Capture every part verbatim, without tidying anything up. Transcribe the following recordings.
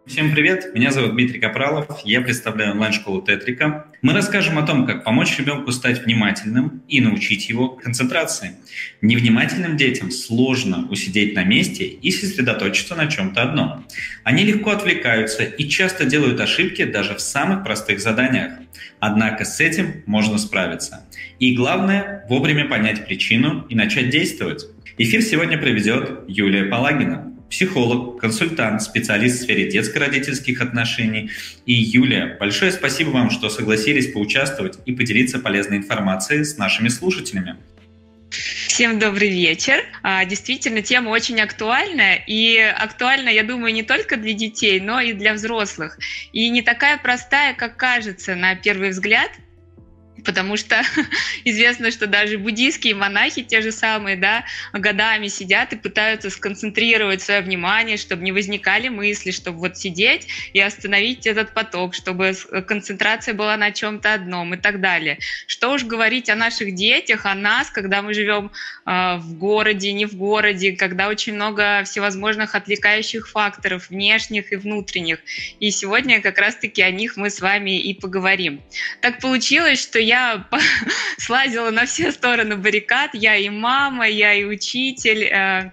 Всем привет, меня зовут Дмитрий Капралов, я представляю онлайн-школу Тетрика. Мы расскажем о том, как помочь ребенку стать внимательным и научить его концентрации. Невнимательным детям сложно усидеть на месте и сосредоточиться на чем-то одном. Они легко отвлекаются и часто делают ошибки даже в самых простых заданиях. Однако с этим можно справиться. И главное, вовремя понять причину и начать действовать. Эфир сегодня проведет Юлия Палагина. Психолог, консультант, специалист в сфере детско-родительских отношений. И, Юлия, большое спасибо вам, что согласились поучаствовать и поделиться полезной информацией с нашими слушателями. Всем добрый вечер. Действительно, тема очень актуальная. И актуальна, я думаю, не только для детей, но и для взрослых. И не такая простая, как кажется на первый взгляд. Потому что известно, что даже буддийские монахи, те же самые, да, годами сидят и пытаются сконцентрировать свое внимание, чтобы не возникали мысли, чтобы вот сидеть и остановить этот поток, чтобы концентрация была на чем-то одном и так далее. Что уж говорить о наших детях, о нас, когда мы живем э, в городе, не в городе, когда очень много всевозможных отвлекающих факторов, внешних и внутренних. И сегодня как раз-таки о них мы с вами и поговорим. Так получилось, что я Я слазила на все стороны баррикад, я и мама, я и учитель.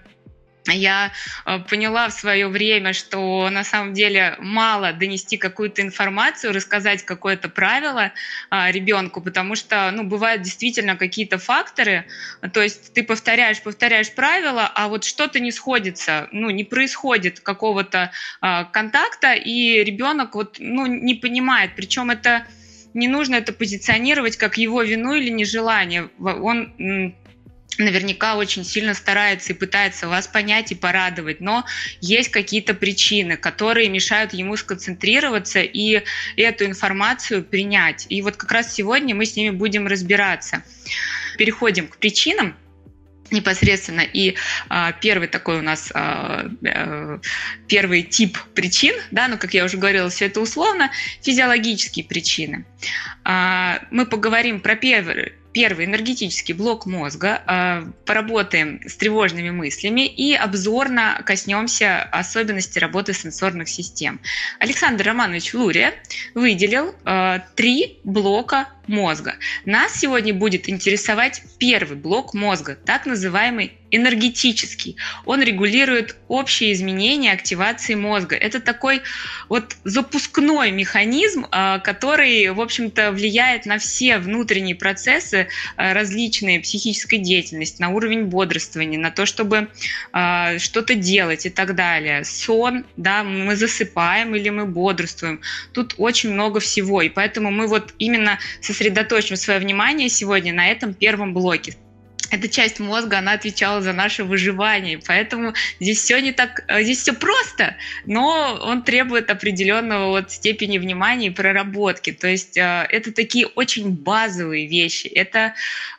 Я поняла в свое время, что на самом деле мало донести какую-то информацию, рассказать какое-то правило ребенку, потому что, ну, бывают действительно какие-то факторы, то есть ты повторяешь, повторяешь правила, а вот что-то не сходится, ну, не происходит какого-то контакта, и ребенок вот, ну, не понимает, причем это не нужно это позиционировать как его вину или нежелание. Он наверняка очень сильно старается и пытается вас понять и порадовать, но есть какие-то причины, которые мешают ему сконцентрироваться и эту информацию принять. И вот как раз сегодня мы с ними будем разбираться. Переходим к причинам непосредственно. И а, первый такой у нас, а, а, первый тип причин, да, ну, как я уже говорила, все это условно, физиологические причины. А, мы поговорим про первый, первый энергетический блок мозга, а, поработаем с тревожными мыслями и обзорно коснемся особенностей работы сенсорных систем. Александр Романович Лурия выделил а, три блока мозга. Нас сегодня будет интересовать первый блок мозга, так называемый энергетический. Он регулирует общие изменения активации мозга. Это такой вот запускной механизм, который, в общем-то, влияет на все внутренние процессы различной психической деятельности, на уровень бодрствования, на то, чтобы что-то делать и так далее. Сон, да, мы засыпаем или мы бодрствуем. Тут очень много всего, и поэтому мы вот именно сосредоточим свое внимание сегодня на этом первом блоке. Эта часть мозга, она отвечала за наше выживание, поэтому здесь все не так, здесь все просто, но он требует определенного вот степени внимания и проработки. То есть э, это такие очень базовые вещи, это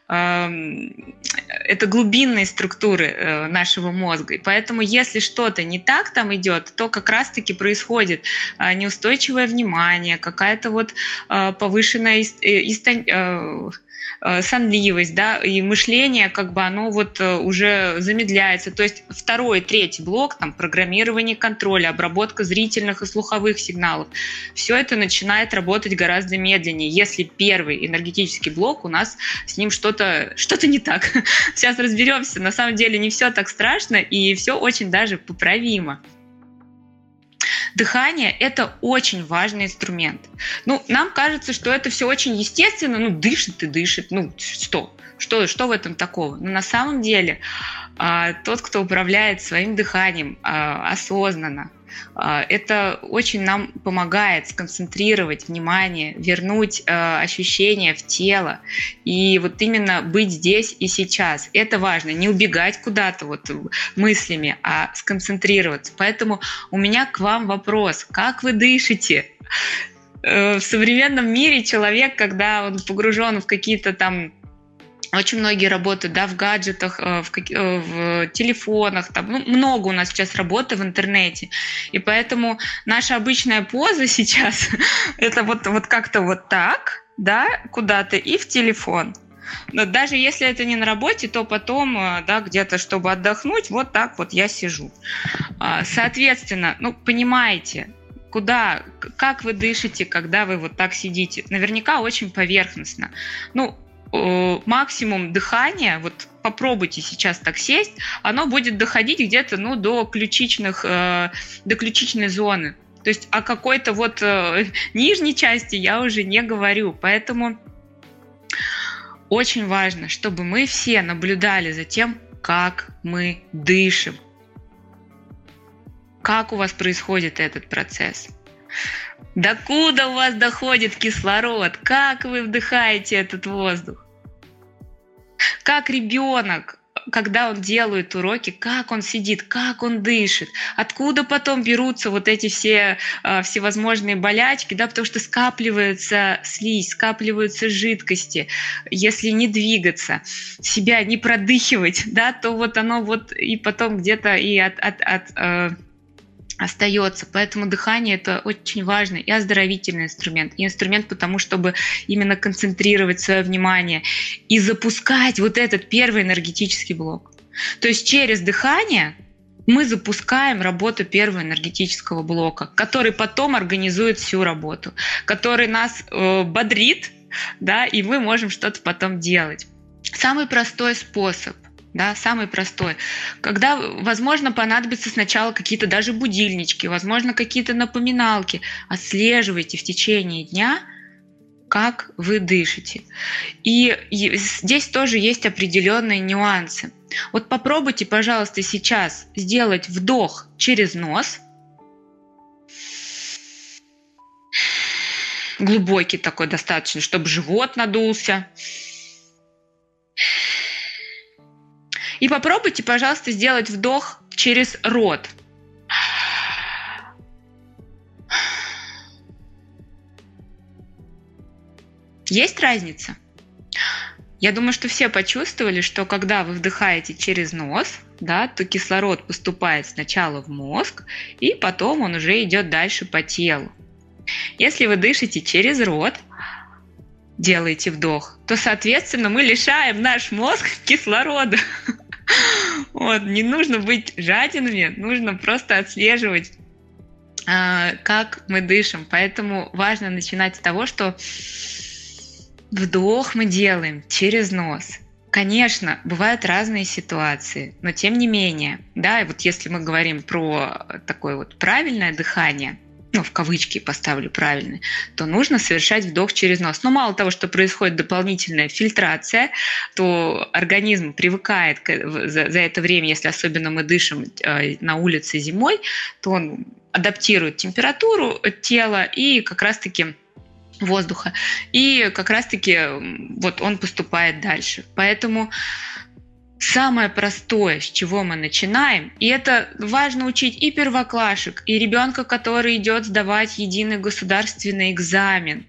э, это глубинные структуры э, нашего мозга, и поэтому если что-то не так там идет, то как раз-таки происходит э, неустойчивое внимание, какая-то вот э, повышенная ист, ист, э, сонливость, да, и мышление, как бы оно вот уже замедляется. То есть второй, третий блок, там, программирование контроля, обработка зрительных и слуховых сигналов, все это начинает работать гораздо медленнее, если первый энергетический блок у нас с ним что-то, что-то не так. Сейчас разберемся. На самом деле не все так страшно, и все очень даже поправимо. Дыхание – это очень важный инструмент. Ну, нам кажется, что это все очень естественно, ну, дышит и дышит, ну, что? Что, что в этом такого? Но на самом деле тот, кто управляет своим дыханием осознанно, это очень нам помогает сконцентрировать внимание, вернуть ощущения в тело и вот именно быть здесь и сейчас. Это важно, не убегать куда-то вот мыслями, а сконцентрироваться. Поэтому у меня к вам вопрос: как вы дышите? В современном мире человек, когда он погружен в какие-то там Очень многие работают, да, в гаджетах, в, в телефонах, там, ну, много у нас сейчас работы в интернете, и поэтому наша обычная поза сейчас это вот, вот как-то вот так, да, куда-то и в телефон. Но даже если это не на работе, то потом, да, где-то, чтобы отдохнуть, вот так вот я сижу. Соответственно, ну, понимаете, куда, как вы дышите, когда вы вот так сидите? Наверняка очень поверхностно. Ну, максимум дыхания, вот попробуйте сейчас так сесть, оно будет доходить где-то ну, до ключичных, до ключичной зоны. То есть о какой-то вот нижней части я уже не говорю. Поэтому очень важно, чтобы мы все наблюдали за тем, как мы дышим. Как у вас происходит этот процесс? Докуда у вас доходит кислород? Как вы вдыхаете этот воздух? Как ребенок, когда он делает уроки, как он сидит, как он дышит? Откуда потом берутся вот эти все э, всевозможные болячки? Да, потому что скапливается слизь, скапливаются жидкости. Если не двигаться, себя не продыхивать, да, то вот оно вот и потом где-то и от... от, от э, остается. Поэтому дыхание – это очень важный и оздоровительный инструмент. И инструмент потому, чтобы именно концентрировать свое внимание и запускать вот этот первый энергетический блок. То есть через дыхание мы запускаем работу первого энергетического блока, который потом организует всю работу, который нас э, бодрит, да, и мы можем что-то потом делать. Самый простой способ. Да, самый простой. Когда, возможно, понадобятся сначала какие-то даже будильнички, возможно, какие-то напоминалки. Отслеживайте в течение дня, как вы дышите. И здесь тоже есть определенные нюансы. Вот попробуйте, пожалуйста, сейчас сделать вдох через нос. Глубокий такой достаточно, чтобы живот надулся. И попробуйте, пожалуйста, сделать вдох через рот. Есть разница? Я думаю, что все почувствовали, что когда вы вдыхаете через нос, да, то кислород поступает сначала в мозг, и потом он уже идет дальше по телу. Если вы дышите через рот, делаете вдох, то, соответственно, мы лишаем наш мозг кислорода. Вот, не нужно быть жадинами, нужно просто отслеживать, как мы дышим. Поэтому важно начинать с того, что вдох мы делаем через нос. Конечно, бывают разные ситуации, но тем не менее, да, и вот если мы говорим про такое вот правильное дыхание, ну, в кавычки поставлю правильный, то нужно совершать вдох через нос. Но мало того, что происходит дополнительная фильтрация, то организм привыкает за, за это время, если особенно мы дышим э, на улице зимой, то он адаптирует температуру тела и как раз-таки воздуха, и как раз-таки вот он поступает дальше. Поэтому самое простое, с чего мы начинаем, и это важно учить и первоклашек, и ребенка, который идет сдавать единый государственный экзамен.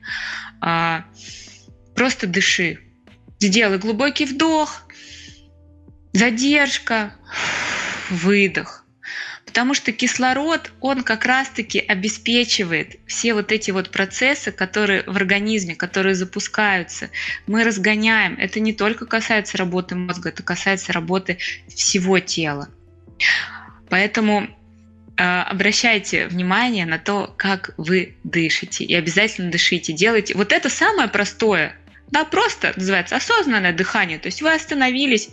Просто дыши. Сделай глубокий вдох, задержка, выдох. Потому что кислород, он как раз-таки обеспечивает все вот эти вот процессы, которые в организме, которые запускаются. Мы разгоняем. Это не только касается работы мозга, это касается работы всего тела. Поэтому э, обращайте внимание на то, как вы дышите. И обязательно дышите. Делайте. Вот это самое простое. Да, просто называется осознанное дыхание. То есть вы остановились.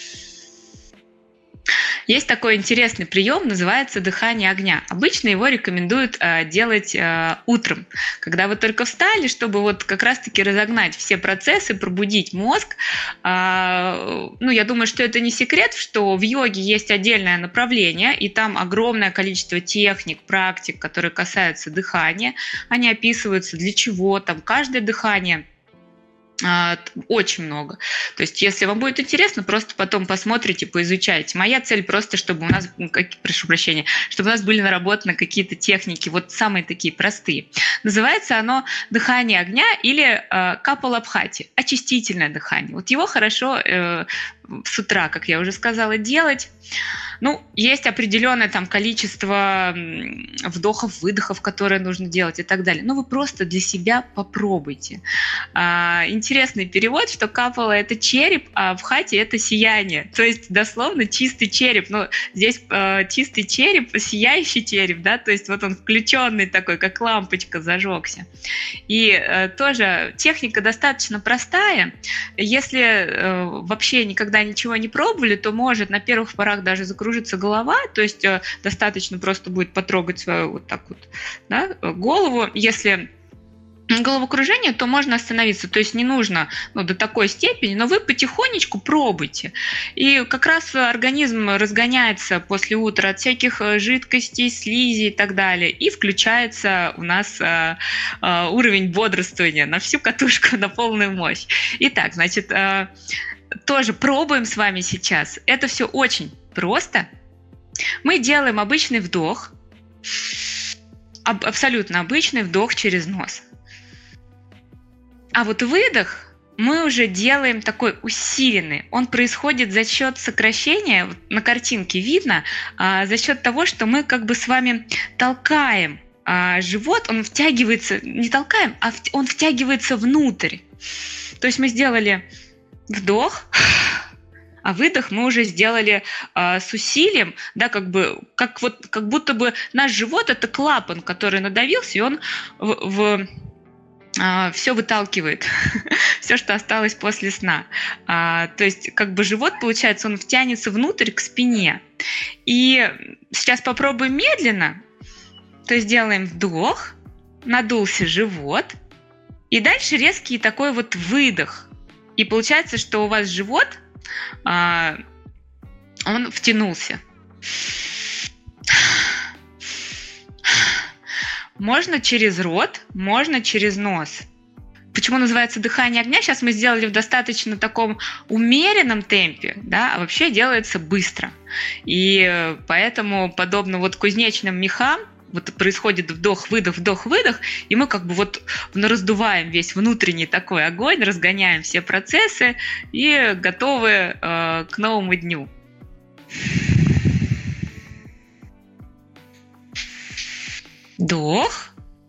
Есть такой интересный прием, называется дыхание огня. Обычно его рекомендуют э, делать э, утром, когда вы только встали, чтобы вот как раз-таки разогнать все процессы, пробудить мозг. Э, ну, я думаю, что это не секрет, что в йоге есть отдельное направление, и там огромное количество техник, практик, которые касаются дыхания. Они описываются для чего, там каждое дыхание. Очень много. То есть, если вам будет интересно, просто потом посмотрите, поизучайте. Моя цель просто, чтобы у нас, как, прошу прощения, чтобы у нас были наработаны какие-то техники, вот самые такие простые. Называется оно дыхание огня или э, капалабхати, очистительное дыхание. Вот его хорошо э, с утра, как я уже сказала, делать. Ну, есть определенное там количество вдохов, выдохов, которые нужно делать и так далее. Но вы просто для себя попробуйте. А, интересный перевод, что капала — это череп, а в хате — это сияние. То есть дословно чистый череп. Но здесь а, чистый череп, сияющий череп, да, то есть вот он включенный такой, как лампочка зажегся. И а, тоже техника достаточно простая. Если а, вообще никогда ничего не пробовали, то может на первых порах даже закружиться голова, то есть э, достаточно просто будет потрогать свою вот так вот, да, голову. Если головокружение, то можно остановиться, то есть не нужно, ну, до такой степени, но вы потихонечку пробуйте. И как раз организм разгоняется после утра от всяких жидкостей, слизи и так далее, и включается у нас э, э, уровень бодрствования на всю катушку, на полную мощь. Итак, значит, э, тоже пробуем с вами сейчас. Это все очень просто. Мы делаем обычный вдох, аб- абсолютно обычный вдох через нос. А вот выдох мы уже делаем такой усиленный. Он происходит за счет сокращения, на картинке видно, а, за счет того, что мы как бы с вами толкаем а, живот, он втягивается, не толкаем, а в, он втягивается внутрь. То есть мы сделали вдох, а выдох мы уже сделали э, с усилием, да, как бы, как вот, как будто бы наш живот — это клапан, который надавился, и он в, в э, все выталкивает, все, что осталось после сна. А, то есть, как бы живот, получается, он втянется внутрь к спине. И сейчас попробуем медленно, то есть делаем вдох, надулся живот, и дальше резкий такой вот выдох. И получается, что у вас живот, а, он втянулся. Можно через рот, можно через нос. Почему называется дыхание огня? Сейчас мы сделали в достаточно таком умеренном темпе, да, а вообще делается быстро. И поэтому, подобно вот кузнечным мехам, вот происходит вдох-выдох, вдох-выдох, и мы как бы вот раздуваем весь внутренний такой огонь, разгоняем все процессы и готовы э, к новому дню. Вдох,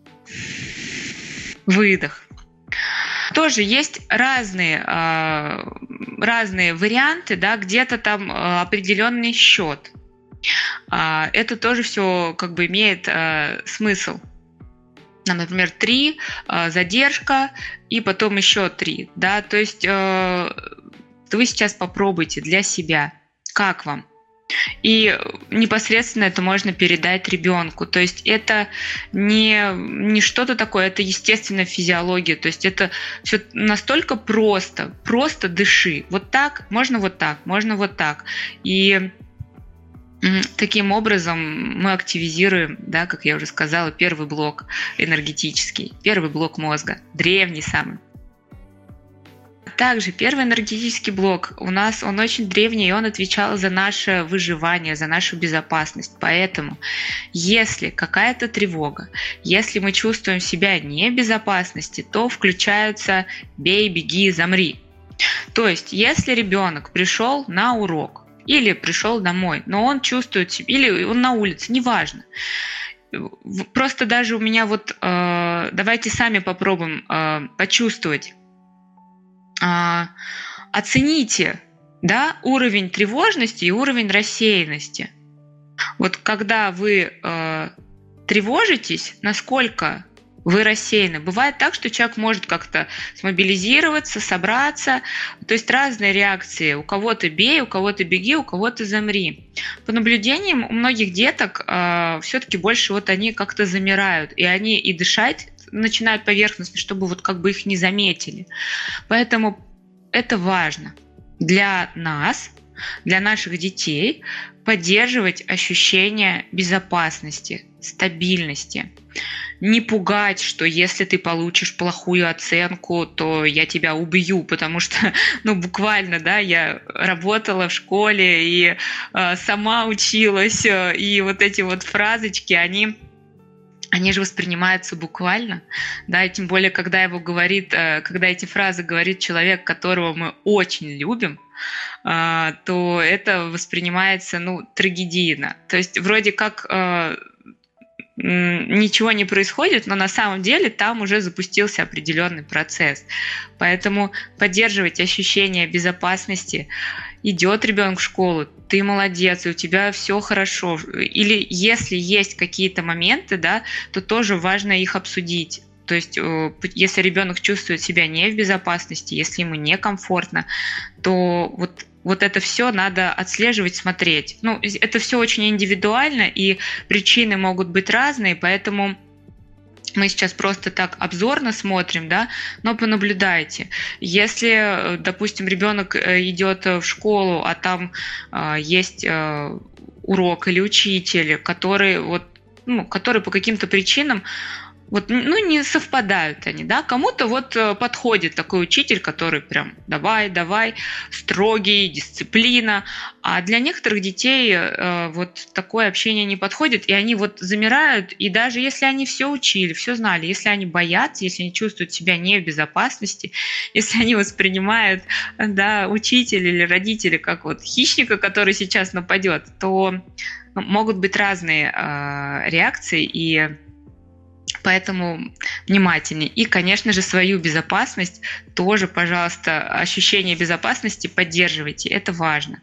выдох. Тоже есть разные, э, разные варианты, да, где-то там э, определенный счет. Это тоже все как бы имеет э, смысл. Например, три, э, задержка и потом еще три. Да? То есть э, вы сейчас попробуйте для себя, как вам. И непосредственно это можно передать ребенку. То есть это не, не что-то такое, это естественная физиология. То есть это все настолько просто. Просто дыши. Вот так, можно вот так, можно вот так. И таким образом мы активизируем, да, как я уже сказала, первый блок энергетический, первый блок мозга, древний самый. Также первый энергетический блок у нас, он очень древний, и он отвечал за наше выживание, за нашу безопасность. Поэтому, если какая-то тревога, если мы чувствуем себя не в безопасности, то включаются «бей, беги, замри». То есть, если ребенок пришел на урок, или пришел домой, но он чувствует себя, или он на улице, неважно. Просто даже у меня вот, э, давайте сами попробуем э, почувствовать. Э, оцените, да, уровень тревожности и уровень рассеянности. Вот когда вы э, тревожитесь, насколько вы рассеяны. Бывает так, что человек может как-то смобилизироваться, собраться. То есть разные реакции. У кого-то бей, у кого-то беги, у кого-то замри. По наблюдениям у многих деток э, все-таки больше вот они как-то замирают. И они и дышать начинают поверхностно, чтобы вот как бы их не заметили. Поэтому это важно для нас, для наших детей поддерживать ощущение безопасности, стабильности. Не пугать, что если ты получишь плохую оценку, то я тебя убью, потому что, ну, буквально, да, я работала в школе и э, сама училась, и вот эти вот фразочки, они они же воспринимаются буквально, да, и тем более, когда его говорит, когда эти фразы говорит человек, которого мы очень любим, то это воспринимается, ну, трагедийно. То есть вроде как ничего не происходит, но на самом деле там уже запустился определенный процесс. Поэтому поддерживать ощущение безопасности. Идет ребенок в школу, ты молодец, и у тебя все хорошо. Или если есть какие-то моменты, да, то тоже важно их обсудить. То есть, если ребенок чувствует себя не в безопасности, если ему некомфортно, то вот, вот это все надо отслеживать, смотреть. Ну, это все очень индивидуально, и причины могут быть разные, поэтому мы сейчас просто так обзорно смотрим, да, но понаблюдайте. Если, допустим, ребенок идет в школу, а там э, есть э, урок или учитель, который, вот, ну, который по каким-то причинам вот, ну, не совпадают они, да, кому-то вот подходит такой учитель, который прям давай, давай, строгий, дисциплина, а для некоторых детей э, вот такое общение не подходит, и они вот замирают, и даже если они все учили, все знали, если они боятся, если они чувствуют себя не в безопасности, если они воспринимают, да, учителя или родителя как вот хищника, который сейчас нападет, то могут быть разные э, реакции, и поэтому внимательнее. И, конечно же, свою безопасность тоже, пожалуйста, ощущение безопасности поддерживайте. Это важно.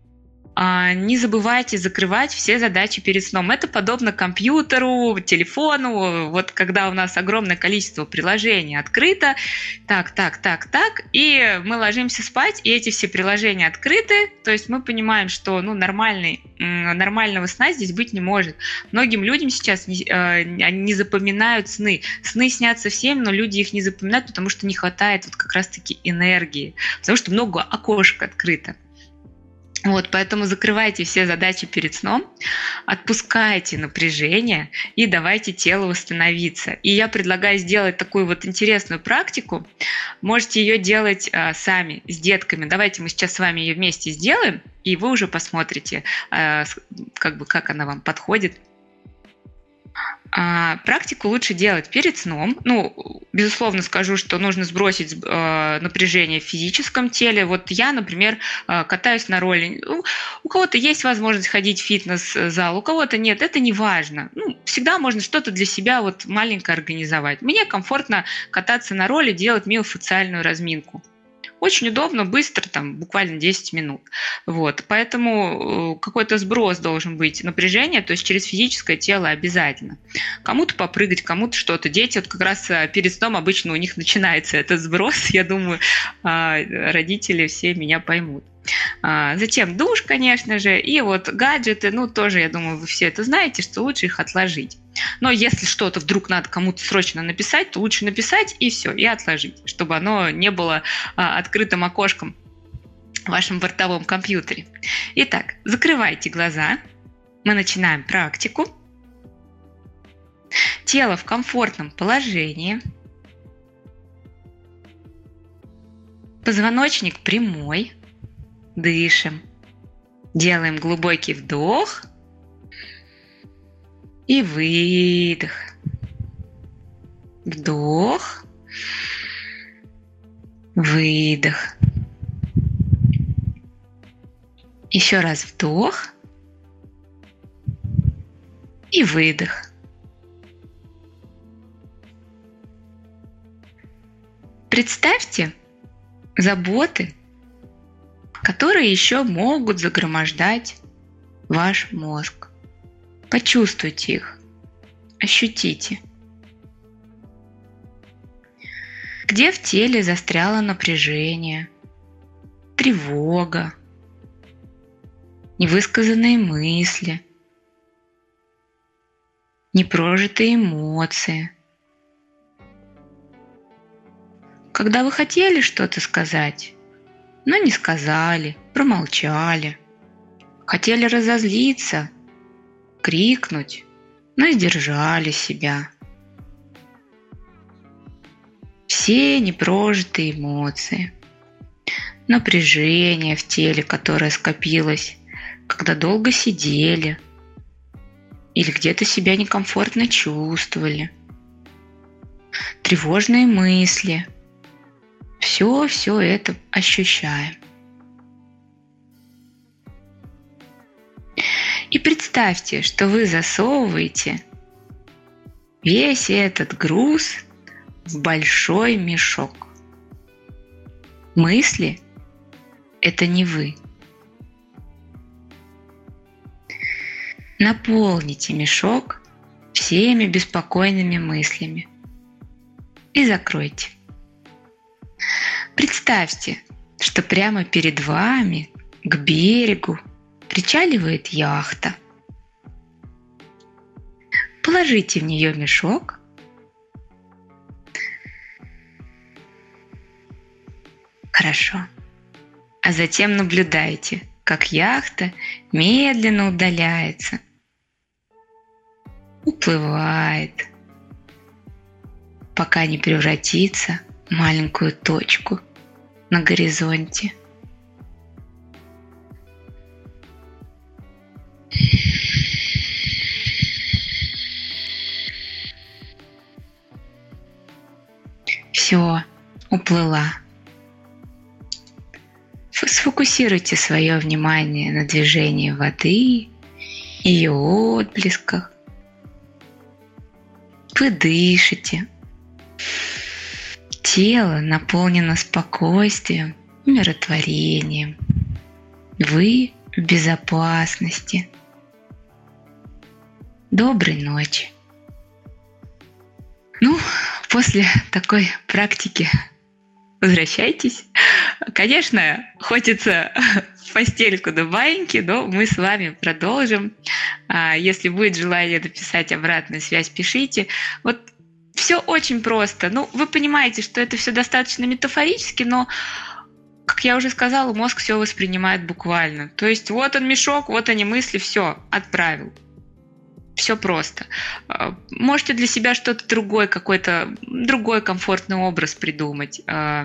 Не забывайте закрывать все задачи перед сном. Это подобно компьютеру, телефону. Вот когда у нас огромное количество приложений открыто, так, так, так, так, и мы ложимся спать, и эти все приложения открыты, то есть мы понимаем, что ну, нормальный, нормального сна здесь быть не может. Многим людям сейчас не, не запоминают сны. Сны снятся всем, но люди их не запоминают, потому что не хватает вот как раз-таки энергии, потому что много окошек открыто. Вот, поэтому закрывайте все задачи перед сном, отпускайте напряжение и давайте телу восстановиться. И я предлагаю сделать такую вот интересную практику. Можете ее делать а, сами, с детками. Давайте мы сейчас с вами ее вместе сделаем, и вы уже посмотрите, а, как бы, как она вам подходит. А, практику лучше делать перед сном. Ну, безусловно, скажу, что нужно сбросить э, напряжение в физическом теле. Вот я, например, э, катаюсь на ролле. У, у кого-то есть возможность ходить в фитнес-зал, у кого-то нет. Это не важно. Ну, всегда можно что-то для себя вот маленькое организовать. Мне комфортно кататься на ролле, делать миофасциальную разминку. Очень удобно, быстро, там, буквально десять минут. Вот. Поэтому какой-то сброс должен быть напряжения, то есть через физическое тело обязательно. Кому-то попрыгать, кому-то что-то. Дети, вот как раз перед сном обычно у них начинается этот сброс. Я думаю, родители все меня поймут. Затем душ, конечно же, и вот гаджеты, ну, тоже, я думаю, вы все это знаете, что лучше их отложить. Но если что-то вдруг надо кому-то срочно написать, то лучше написать и все, и отложить, чтобы оно не было а, открытым окошком в вашем бортовом компьютере. Итак, закрывайте глаза. Мы начинаем практику. Тело в комфортном положении. Позвоночник прямой. Дышим. Делаем глубокий вдох и выдох. Вдох. Выдох. Еще раз вдох и выдох. Представьте заботы, которые еще могут загромождать ваш мозг. Почувствуйте их, ощутите. Где в теле застряло напряжение, тревога, невысказанные мысли, непрожитые эмоции. Когда вы хотели что-то сказать, но не сказали, промолчали. Хотели разозлиться, крикнуть, но сдержали себя. Все непрожитые эмоции, напряжение в теле, которое скопилось, когда долго сидели, или где-то себя некомфортно чувствовали, тревожные мысли. Все, все это ощущаем. И представьте, что вы засовываете весь этот груз в большой мешок. Мысли – это не вы. Наполните мешок всеми беспокойными мыслями и закройте. Представьте, что прямо перед вами к берегу причаливает яхта. Положите в нее мешок. Хорошо. А затем наблюдайте, как яхта медленно удаляется, уплывает, пока не превратится в маленькую точку на горизонте. Все, уплыла. Сфокусируйте свое внимание на движении воды, ее отблесках. Вы дышите. Тело наполнено спокойствием, умиротворением. Вы в безопасности. Доброй ночи. Ну, после такой практики возвращайтесь. Конечно, хочется в постельку до баиньки, но мы с вами продолжим. Если будет желание написать обратную связь, пишите. Вот все очень просто. Ну, вы понимаете, что это все достаточно метафорически, но, как я уже сказала, мозг все воспринимает буквально. То есть вот он мешок, вот они мысли, все, отправил. Все просто. Можете для себя что-то другое, какой-то другой комфортный образ придумать.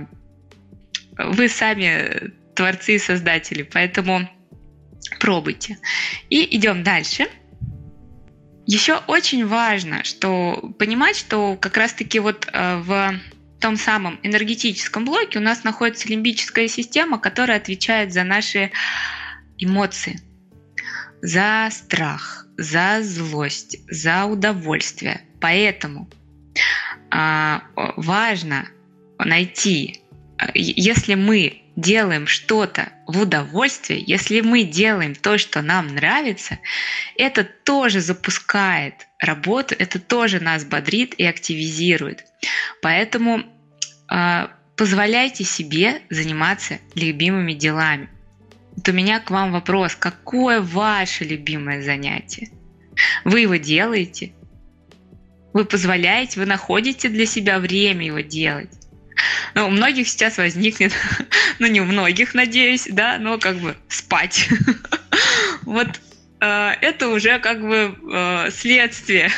Вы сами творцы и создатели, поэтому пробуйте. И идем дальше. Еще очень важно, что понимать, что как раз-таки вот в том самом энергетическом блоке у нас находится лимбическая система, которая отвечает за наши эмоции, за страх, за злость, за удовольствие. Поэтому а, важно найти, если мы делаем что-то в удовольствие, если мы делаем то, что нам нравится, это тоже запускает работу, это тоже нас бодрит и активизирует. Поэтому а, позволяйте себе заниматься любимыми делами. Вот у меня к вам вопрос: какое ваше любимое занятие? Вы его делаете? Вы позволяете, вы находите для себя время его делать? Ну, у многих сейчас возникнет, ну не у многих, надеюсь, да, но как бы спать. Вот это уже как бы следствие.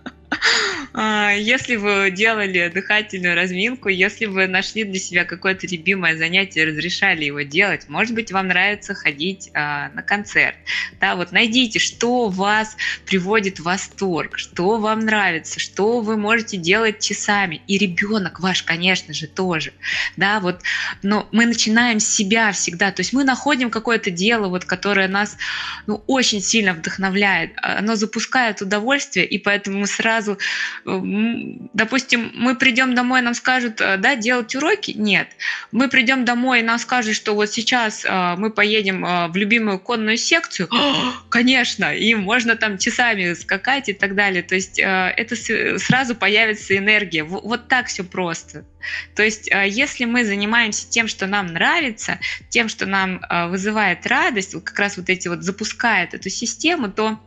Если вы делали дыхательную разминку, если вы нашли для себя какое-то любимое занятие, разрешали его делать, может быть, вам нравится ходить а, на концерт. Да, вот найдите, что вас приводит в восторг, что вам нравится, что вы можете делать часами. И ребенок ваш, конечно же, тоже. Да, вот, но мы начинаем с себя всегда. То есть мы находим какое-то дело, вот, которое нас ну, очень сильно вдохновляет. Оно запускает удовольствие, и поэтому мы сразу... Допустим, мы придем домой, нам скажут, да, делать уроки? Нет. Мы придем домой, и нам скажут, что вот сейчас мы поедем в любимую конную секцию. Конечно, и можно там часами скакать и так далее. То есть это сразу появится энергия. Вот так все просто. То есть если мы занимаемся тем, что нам нравится, тем, что нам вызывает радость, как раз вот эти вот запускает эту систему, то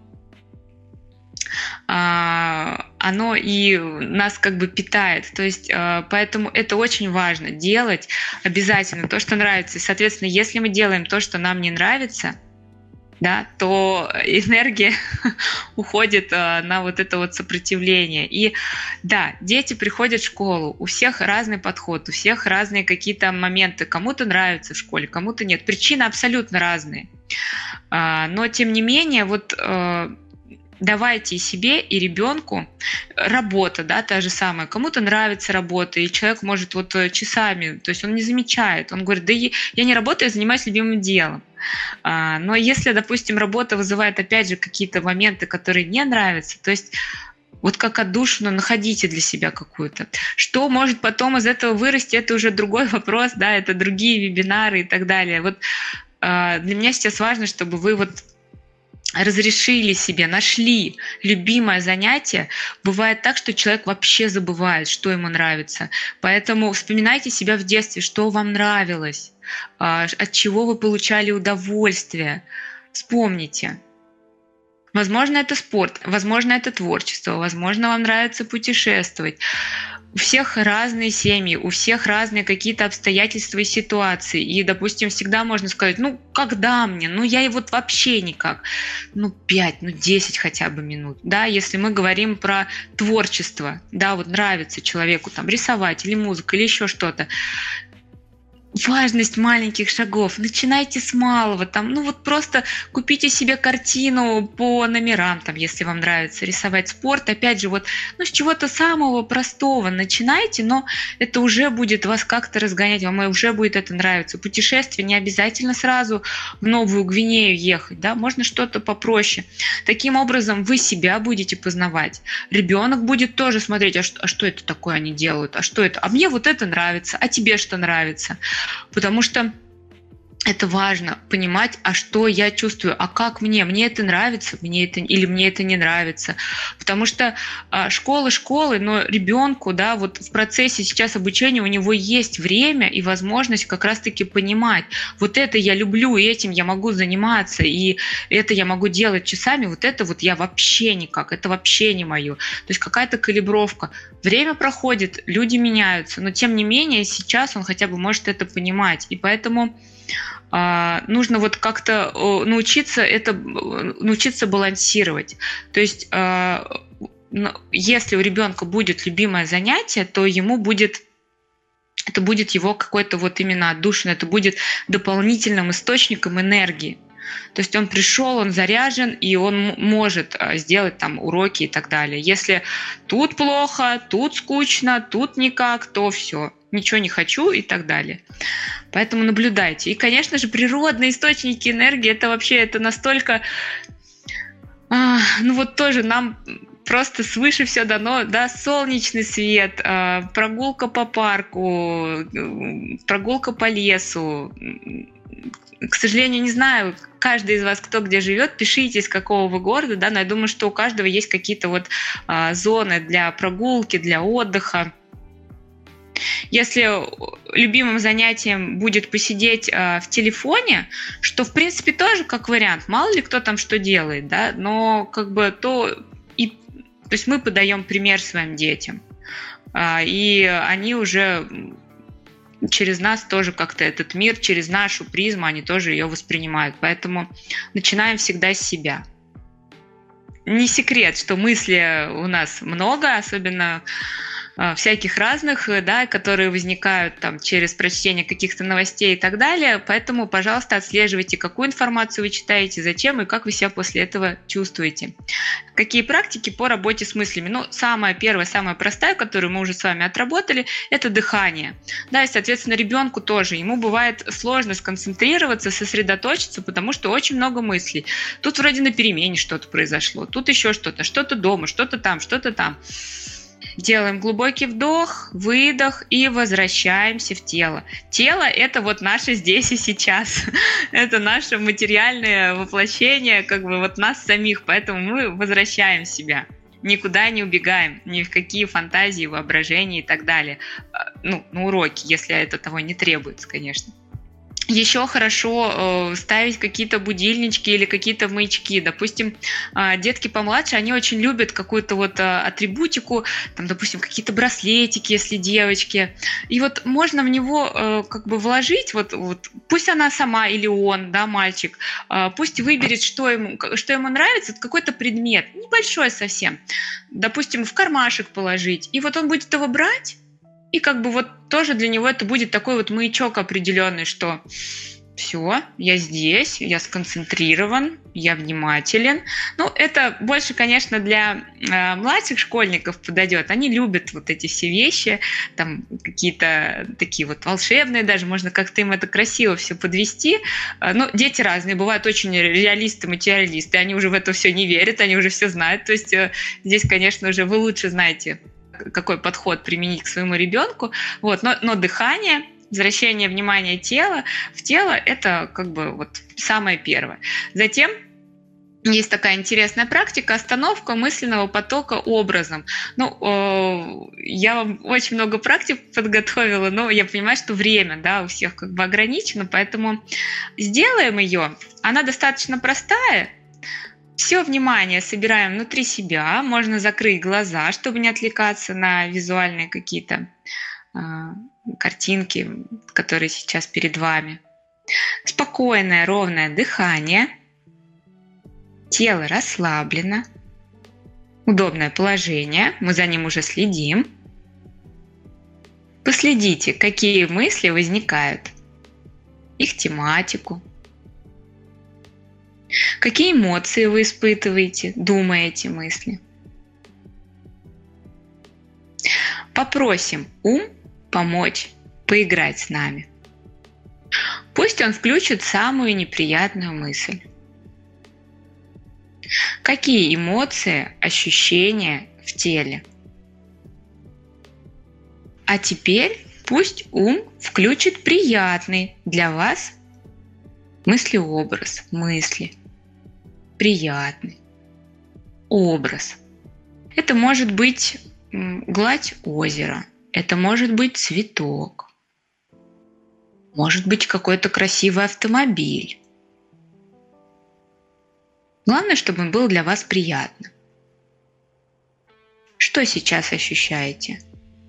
оно и нас как бы питает. То есть поэтому это очень важно делать обязательно то, что нравится. И, соответственно, если мы делаем то, что нам не нравится, да, то энергия уходит на вот это вот сопротивление. И да, дети приходят в школу, у всех разный подход, у всех разные какие-то моменты. Кому-то нравится в школе, кому-то нет. Причины абсолютно разные. Но тем не менее, вот давайте и себе, и ребенку работа, да, та же самая. Кому-то нравится работа, и человек может вот часами, то есть он не замечает, он говорит, да я не работаю, я занимаюсь любимым делом. Но если, допустим, работа вызывает, опять же, какие-то моменты, которые не нравятся, то есть вот как отдушину находите для себя какую-то. Что может потом из этого вырасти, это уже другой вопрос, да, это другие вебинары и так далее. Вот для меня сейчас важно, чтобы вы вот разрешили себе, нашли любимое занятие. Бывает так, что человек вообще забывает, что ему нравится. Поэтому вспоминайте себя в детстве, что вам нравилось, от чего вы получали удовольствие. Вспомните. Возможно, это спорт, возможно, это творчество, возможно, вам нравится путешествовать. У всех разные семьи, у всех разные какие-то обстоятельства и ситуации. И, допустим, всегда можно сказать, ну, когда мне? Ну, я и вот вообще никак. Ну, пять, ну, десять хотя бы минут. Да, если мы говорим про творчество, да, вот нравится человеку там рисовать или музыка, или еще что-то. Важность маленьких шагов. Начинайте с малого. Там, ну вот просто купите себе картину по номерам, там, если вам нравится рисовать спорт. Опять же, вот ну, с чего-то самого простого начинайте, но это уже будет вас как-то разгонять, вам уже будет это нравиться. Путешествие не обязательно сразу в Новую Гвинею ехать, да, можно что-то попроще. Таким образом вы себя будете познавать. Ребенок будет тоже смотреть, а что, а что это такое они делают, а что это, а мне вот это нравится, а тебе что нравится. Потому что это важно понимать, а что я чувствую, а как мне, мне это нравится, мне это или мне это не нравится, потому что а, школы школы, но ребенку, да, вот в процессе сейчас обучения у него есть время и возможность как раз-таки понимать, вот это я люблю, и этим я могу заниматься, и это я могу делать часами, вот это вот я вообще никак, это вообще не мое, то есть какая-то калибровка. Время проходит, люди меняются, но тем не менее сейчас он хотя бы может это понимать, и поэтому нужно вот как-то научиться это, научиться балансировать. То есть, если у ребенка будет любимое занятие, то ему будет, это будет его какой-то вот именно отдушина, это будет дополнительным источником энергии. То есть он пришел, он заряжен, и он может сделать там уроки и так далее. Если тут плохо, тут скучно, тут никак, то все, ничего не хочу и так далее. Поэтому наблюдайте. И, конечно же, природные источники энергии, это вообще это настолько... А, ну вот тоже нам просто свыше все дано, да, солнечный свет, а, прогулка по парку, прогулка по лесу. К сожалению, не знаю, каждый из вас, кто где живет, пишите, из какого вы города, да, но я думаю, что у каждого есть какие-то вот а, зоны для прогулки, для отдыха. Если любимым занятием будет посидеть э, в телефоне, что, в принципе, тоже как вариант. Мало ли кто там что делает, да, но как бы то... И, то есть мы подаем пример своим детям, э, и они уже через нас тоже как-то этот мир, через нашу призму, они тоже ее воспринимают. Поэтому начинаем всегда с себя. Не секрет, что мысли у нас много, особенно... всяких разных, да, которые возникают там, через прочтение каких-то новостей и так далее. Поэтому, пожалуйста, отслеживайте, какую информацию вы читаете, зачем и как вы себя после этого чувствуете. Какие практики по работе с мыслями? Ну, самая первая, самая простая, которую мы уже с вами отработали, это дыхание. Да, и, соответственно, ребенку тоже. Ему бывает сложно сконцентрироваться, сосредоточиться, потому что очень много мыслей. Тут вроде на перемене что-то произошло, тут еще что-то, что-то дома, что-то там, что-то там. Делаем глубокий вдох, выдох и возвращаемся в тело. Тело – это вот наше здесь и сейчас. Это наше материальное воплощение, как бы вот нас самих. Поэтому мы возвращаем себя. Никуда не убегаем, ни в какие фантазии, воображения и так далее. Ну, на уроки, если это того не требуется, конечно. Еще хорошо э, ставить какие-то будильнички или какие-то маячки. Допустим, э, детки помладше, они очень любят какую-то вот э, атрибутику, там, допустим, какие-то браслетики, если девочки. И вот можно в него э, как бы вложить, вот, вот, пусть она сама или он, да, мальчик, э, пусть выберет, что ему, что ему нравится, какой-то предмет, небольшой совсем. Допустим, в кармашек положить. И вот он будет его брать, и как бы вот тоже для него это будет такой вот маячок определенный, что все, я здесь, я сконцентрирован, я внимателен. Ну, это больше, конечно, для э, младших школьников подойдет. Они любят вот эти все вещи, там какие-то такие вот волшебные даже, можно как-то им это красиво все подвести. Э, но дети разные, бывают очень реалисты, материалисты, они уже в это все не верят, они уже все знают. То есть э, здесь, конечно, уже вы лучше знаете, какой подход применить к своему ребенку. Вот, но, но дыхание, возвращение внимания тела в тело – это как бы вот самое первое. Затем есть такая интересная практика – остановка мысленного потока образом. Ну, э, я вам очень много практик подготовила, но я понимаю, что время, да, у всех как бы ограничено, поэтому сделаем ее. Она достаточно простая. Все внимание собираем внутри себя, можно закрыть глаза, чтобы не отвлекаться на визуальные какие-то э, картинки, которые сейчас перед вами. Спокойное, ровное дыхание. Тело расслаблено. Удобное положение. Мы за ним уже следим. Последите, какие мысли возникают. Их тематику. Какие эмоции вы испытываете, думая эти мысли. Попросим ум помочь поиграть с нами. Пусть он включит самую неприятную мысль. Какие эмоции, ощущения в теле? А теперь пусть ум включит приятный для вас мыслеобраз, мысли. Приятный образ. Это может быть гладь озера, это может быть цветок, может быть какой-то красивый автомобиль. Главное, чтобы он был для вас приятным. Что сейчас ощущаете?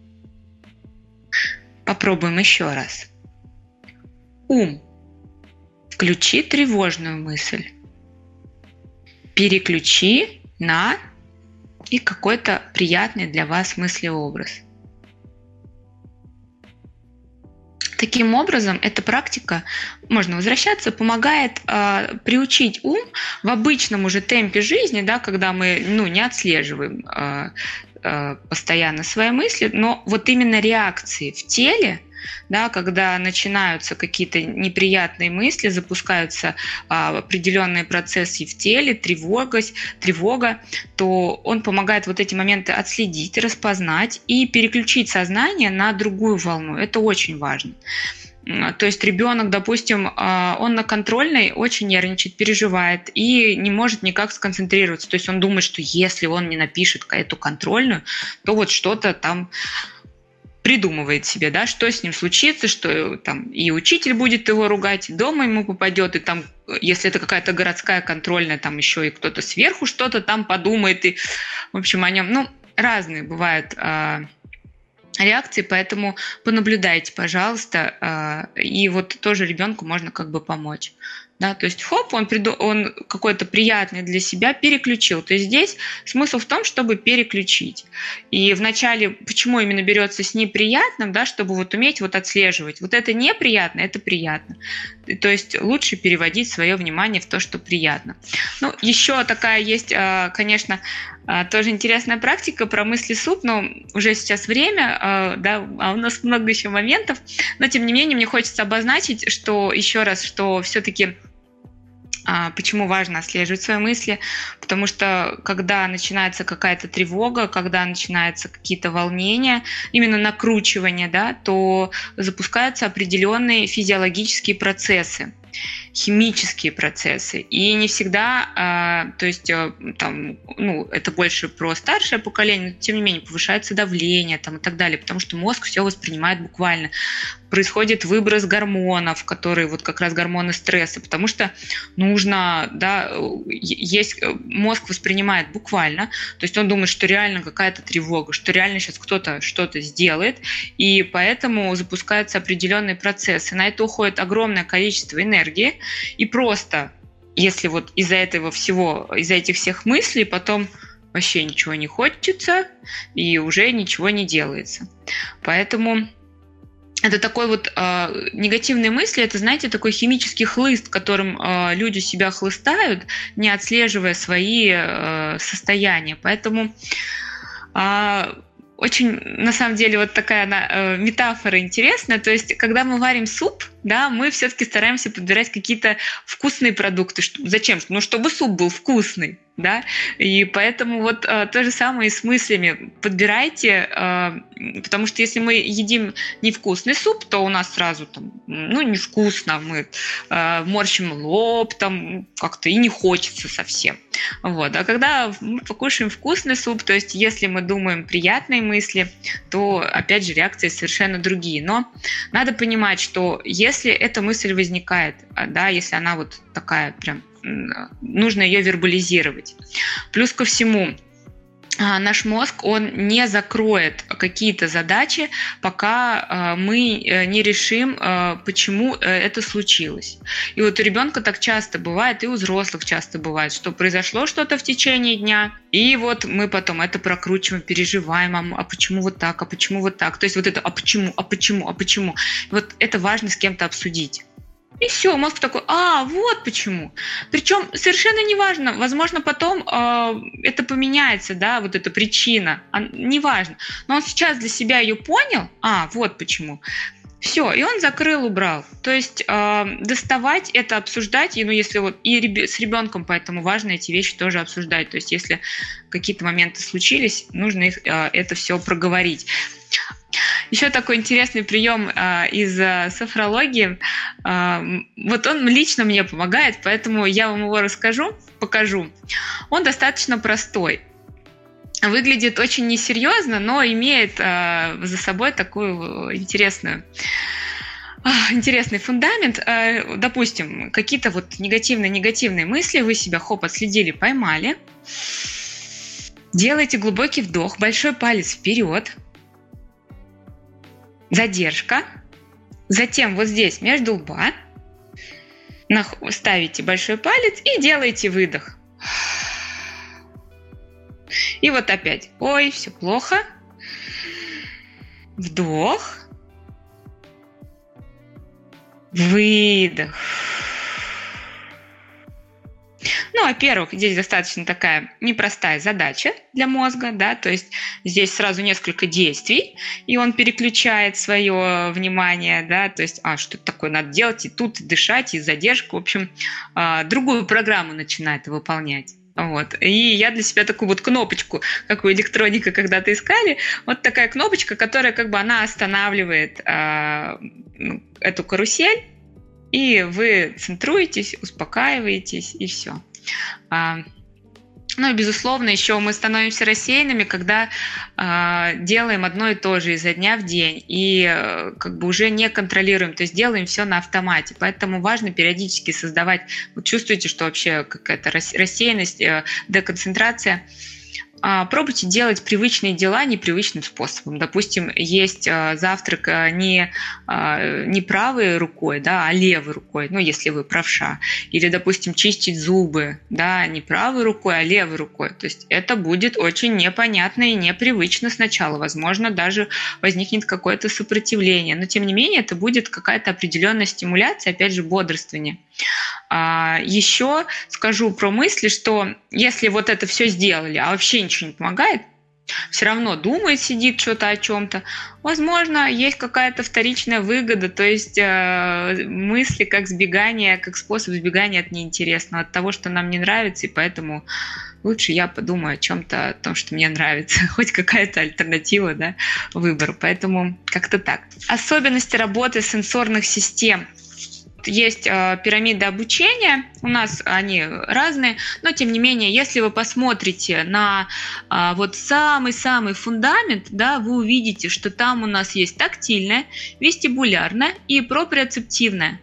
Попробуем еще раз. Ум, включи тревожную мысль. Переключи на и какой-то приятный для вас мыслеобраз. Таким образом, эта практика, можно возвращаться, помогает э, приучить ум в обычном уже темпе жизни, да, когда мы ну, не отслеживаем э, э, постоянно свои мысли, но вот именно реакции в теле, да, когда начинаются какие-то неприятные мысли, запускаются а, определенные процессы в теле, тревога, тревога, то он помогает вот эти моменты отследить, распознать и переключить сознание на другую волну. Это очень важно. То есть ребенок, допустим, он на контрольной очень нервничает, переживает и не может никак сконцентрироваться. То есть он думает, что если он не напишет эту контрольную, то вот что-то там придумывает себе, да, что с ним случится, что там и учитель будет его ругать, и дома ему попадет, и там, если это какая-то городская контрольная, там еще и кто-то сверху что-то там подумает, и, в общем, о нем, ну, разные бывают э, реакции, поэтому понаблюдайте, пожалуйста, э, и вот тоже ребенку можно как бы помочь. Да, то есть хоп, он, приду, он какой-то приятный для себя переключил. То есть здесь смысл в том, чтобы переключить. И вначале, почему именно берется с неприятным, да, чтобы вот уметь вот отслеживать. Вот это неприятно, это приятно. То есть лучше переводить свое внимание в то, что приятно. Ну, еще такая есть, конечно, тоже интересная практика про мысли-суп, но уже сейчас время, да, а у нас много еще моментов, но тем не менее мне хочется обозначить, что еще раз, что все-таки почему важно отслеживать свои мысли, потому что когда начинается какая-то тревога, когда начинаются какие-то волнения, именно накручивание, да, то запускаются определенные физиологические процессы, химические процессы. И не всегда, э, то есть э, там, ну, это больше про старшее поколение, но тем не менее повышается давление там, и так далее, потому что мозг все воспринимает буквально. Происходит выброс гормонов, которые вот как раз гормоны стресса, потому что нужно, да, есть, мозг воспринимает буквально, то есть он думает, что реально какая-то тревога, что реально сейчас кто-то что-то сделает, и поэтому запускаются определенные процессы. На это уходит огромное количество энергии, и просто, если вот из-за этого всего, из-за этих всех мыслей потом вообще ничего не хочется, и уже ничего не делается. Поэтому это такой вот э, негативные мысли, это, знаете, такой химический хлыст, которым э, люди себя хлыстают, не отслеживая свои э, состояния. Поэтому э, очень, на самом деле, вот такая она, э, метафора интересная. То есть, когда мы варим суп, да, мы все-таки стараемся подбирать какие-то вкусные продукты. Что, зачем? Ну, чтобы суп был вкусный. Да? И поэтому вот э, то же самое и с мыслями. Подбирайте, э, потому что если мы едим невкусный суп, то у нас сразу там, ну, невкусно, мы э, морщим лоб, там как-то и не хочется совсем. Вот. А когда мы покушаем вкусный суп, то есть если мы думаем приятные мысли, то, опять же, реакции совершенно другие. Но надо понимать, что если эта мысль возникает, да, если она вот такая прям, нужно ее вербализировать. Плюс ко всему, наш мозг, он не закроет какие-то задачи, пока мы не решим, почему это случилось. И вот у ребенка так часто бывает, и у взрослых часто бывает, что произошло что-то в течение дня, и вот мы потом это прокручиваем, переживаем, а, а почему вот так, а почему вот так. То есть вот это «а почему, а почему, а почему». Вот это важно с кем-то обсудить. И все, мозг такой, а, вот почему. Причем совершенно неважно, возможно, потом э, это поменяется, да, вот эта причина, а, неважно. Но он сейчас для себя ее понял, а, вот почему. Все, и он закрыл, убрал. То есть э, доставать это, обсуждать, и, ну, если вот и реб... с ребенком, поэтому важно эти вещи тоже обсуждать. То есть если какие-то моменты случились, нужно их, э, это все проговорить. Еще такой интересный прием э, из э, софрологии. Э, вот он лично мне помогает, поэтому я вам его расскажу, покажу. Он достаточно простой. Выглядит очень несерьезно, но имеет э, за собой такую интересную, э, интересный фундамент. Э, допустим, какие-то вот негативные-негативные мысли вы себя хоп отследили, поймали. Делайте глубокий вдох, большой палец вперед. Задержка. Затем вот здесь между лба ставите большой палец и делаете выдох. И вот опять. Ой, все плохо. Вдох. Выдох. Ну, во-первых, здесь достаточно такая непростая задача для мозга, да, то есть здесь сразу несколько действий, и он переключает свое внимание, да, то есть, а, что такое надо делать, и тут и дышать, и задержку, в общем, другую программу начинает выполнять. Вот. И я для себя такую вот кнопочку, как у электроника когда-то искали, вот такая кнопочка, которая как бы она останавливает э, эту карусель, и вы центруетесь, успокаиваетесь, и все. А, ну и, безусловно, еще мы становимся рассеянными, когда э, делаем одно и то же изо дня в день, и э, как бы уже не контролируем, то есть делаем все на автомате. Поэтому важно периодически создавать, вот чувствуете, что вообще какая-то рассеянность, э, деконцентрация. Пробуйте делать привычные дела непривычным способом. Допустим, есть завтрак не, не правой рукой, да, а левой рукой, ну, если вы правша. Или, допустим, чистить зубы, да, не правой рукой, а левой рукой. То есть это будет очень непонятно и непривычно сначала. Возможно, даже возникнет какое-то сопротивление. Но, тем не менее, это будет какая-то определенная стимуляция, опять же, бодрствование. Еще скажу про мысли, что если вот это все сделали, а вообще ничего не помогает, все равно думает, сидит что-то о чем-то, возможно, есть какая-то вторичная выгода, то есть э, мысли как сбегание, как способ сбегания от неинтересного, от того, что нам не нравится, и поэтому лучше я подумаю о чем-то, о том, что мне нравится, хоть какая-то альтернатива, да, выбору. Поэтому как-то так. Особенности работы сенсорных систем. Есть э, пирамиды обучения, у нас они разные, но тем не менее, если вы посмотрите на э, вот самый-самый фундамент, да, вы увидите, что там у нас есть тактильное, вестибулярное и проприоцептивное.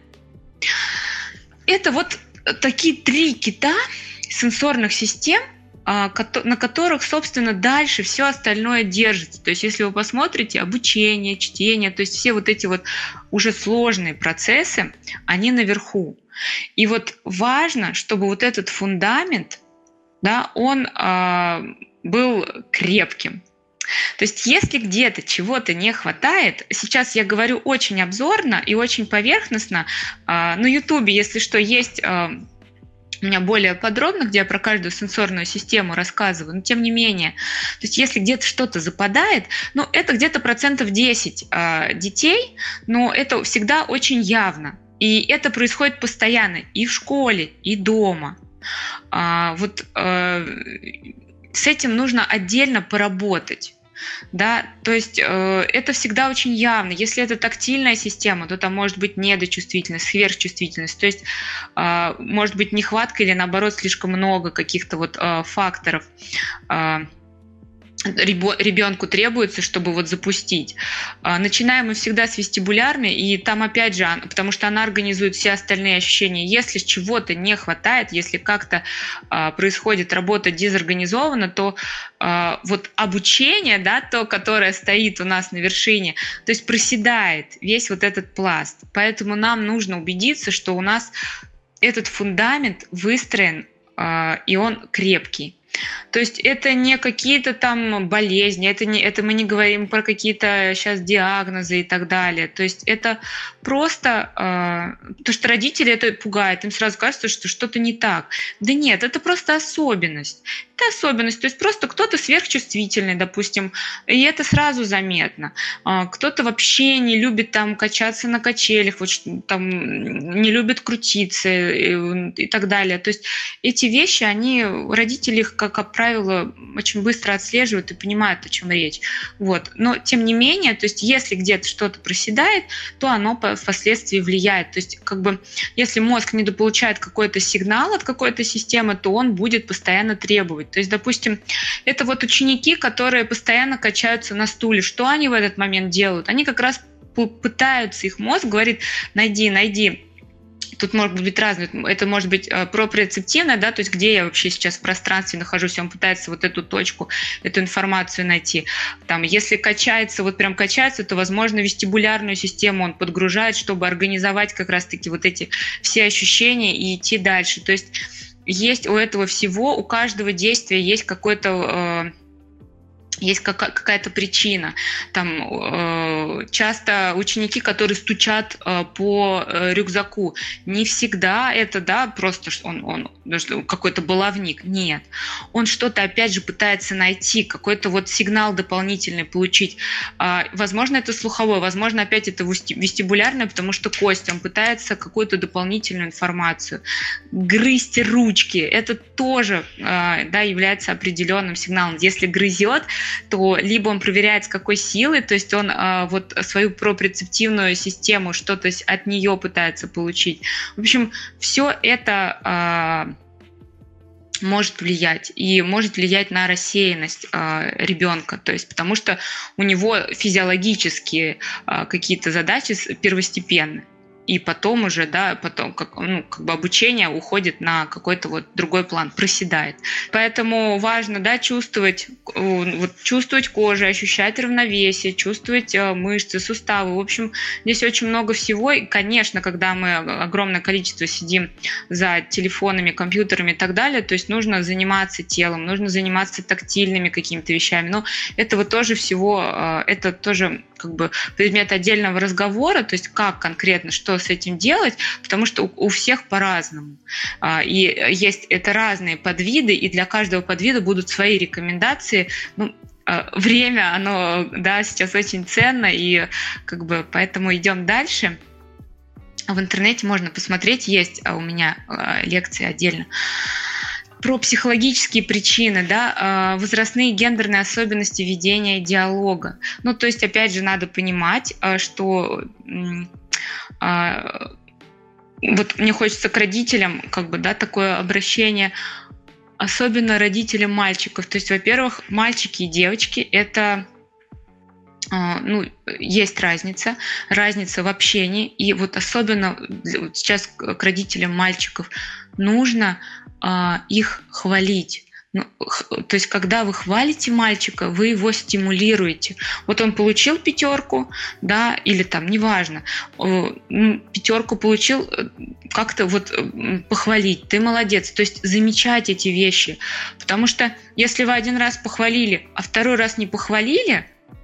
Это вот такие три кита сенсорных систем, на которых, собственно, дальше все остальное держится. То есть, если вы посмотрите, обучение, чтение, то есть все вот эти вот уже сложные процессы, они наверху. И вот важно, чтобы вот этот фундамент, да, он э, был крепким. То есть если где-то чего-то не хватает, сейчас я говорю очень обзорно и очень поверхностно, на Ютубе, если что, есть у меня более подробно, где я про каждую сенсорную систему рассказываю, но тем не менее, то есть если где-то что-то западает, ну, это где-то процентов десять э, детей, но это всегда очень явно. И это происходит постоянно и в школе, и дома. А, вот э, с этим нужно отдельно поработать. Да, то есть э, это всегда очень явно. Если это тактильная система, то там может быть недочувствительность, сверхчувствительность, то есть э, может быть нехватка или наоборот слишком много каких-то вот э, факторов. Э, ребенку требуется, чтобы вот запустить. Начинаем мы всегда с вестибулярной, и там опять же, потому что она организует все остальные ощущения. Если чего-то не хватает, если как-то а, происходит работа дезорганизованно, то а, вот обучение, да, то, которое стоит у нас на вершине, то есть проседает весь вот этот пласт. Поэтому нам нужно убедиться, что у нас этот фундамент выстроен, а, и он крепкий. То есть это не какие-то там болезни, это, не, это мы не говорим про какие-то сейчас диагнозы и так далее. То есть это просто, э, то, что родители это пугает, им сразу кажется, что что-то не так. Да нет, это просто особенность. Это особенность, то есть просто кто-то сверхчувствительный, допустим, и это сразу заметно. А кто-то вообще не любит там качаться на качелях, вот, там, не любит крутиться и, и так далее. То есть эти вещи, они, родители их, как правило, очень быстро отслеживают и понимают, о чем речь. Вот. Но тем не менее, то есть если где-то что-то проседает, то оно впоследствии влияет. То есть как бы если мозг недополучает какой-то сигнал от какой-то системы, то он будет постоянно требовать. То есть, допустим, это вот ученики, которые постоянно качаются на стуле. Что они в этот момент делают? Они как раз пытаются, их мозг говорит: найди, найди. Тут может быть разное. Это может быть проприоцептивное, да, то есть где я вообще сейчас в пространстве нахожусь, он пытается вот эту точку, эту информацию найти. Там, если качается, вот прям качается, то, возможно, вестибулярную систему он подгружает, чтобы организовать как раз-таки вот эти все ощущения и идти дальше. То есть есть у этого всего, у каждого действия есть какой-то... Э, есть какая-то причина. Там, э, часто ученики, которые стучат э, по э, рюкзаку, не всегда это, да, просто он, он какой-то баловник. Нет. Он что-то, опять же, пытается найти, какой-то вот сигнал дополнительный получить. Э, возможно, это слуховой, возможно, опять это вестибулярное, потому что кость, он пытается какую-то дополнительную информацию. Грызть ручки, это тоже э, да, является определенным сигналом. Если грызет, то либо он проверяет, с какой силой, то есть он а, вот свою проприоцептивную систему, что-то от нее пытается получить. В общем, все это а, может влиять, и может влиять на рассеянность а, ребенка, то есть потому что у него физиологические а, какие-то задачи первостепенны. И потом уже, да, потом как, ну, как бы обучение уходит на какой-то вот другой план, проседает. Поэтому важно, да, чувствовать, вот, чувствовать кожу, ощущать равновесие, чувствовать э, мышцы, суставы. В общем, здесь очень много всего. И, конечно, когда мы огромное количество сидим за телефонами, компьютерами и так далее, то есть нужно заниматься телом, нужно заниматься тактильными какими-то вещами. Но этого тоже всего, э, это тоже как бы предмет отдельного разговора, то есть как конкретно, что с этим делать, потому что у, у всех по-разному. А, и есть это разные подвиды, и для каждого подвида будут свои рекомендации. Ну, а, время, оно, да, сейчас очень ценно, и как бы поэтому идем дальше. В интернете можно посмотреть, есть у меня а, лекции отдельно про психологические причины, да, возрастные гендерные особенности ведения диалога. Ну, то есть, опять же, надо понимать, что вот мне хочется к родителям, как бы, да, такое обращение, особенно родителям мальчиков. То есть, во-первых, мальчики и девочки — это, ну, есть разница, разница в общении, и вот особенно сейчас к родителям мальчиков нужно их хвалить. Ну, то есть, когда вы хвалите мальчика, вы его стимулируете. Вот он получил пятерку, да, или там, неважно, пятерку получил, как-то вот похвалить, ты молодец. То есть замечать эти вещи. Потому что если вы один раз похвалили, а второй раз не похвалили,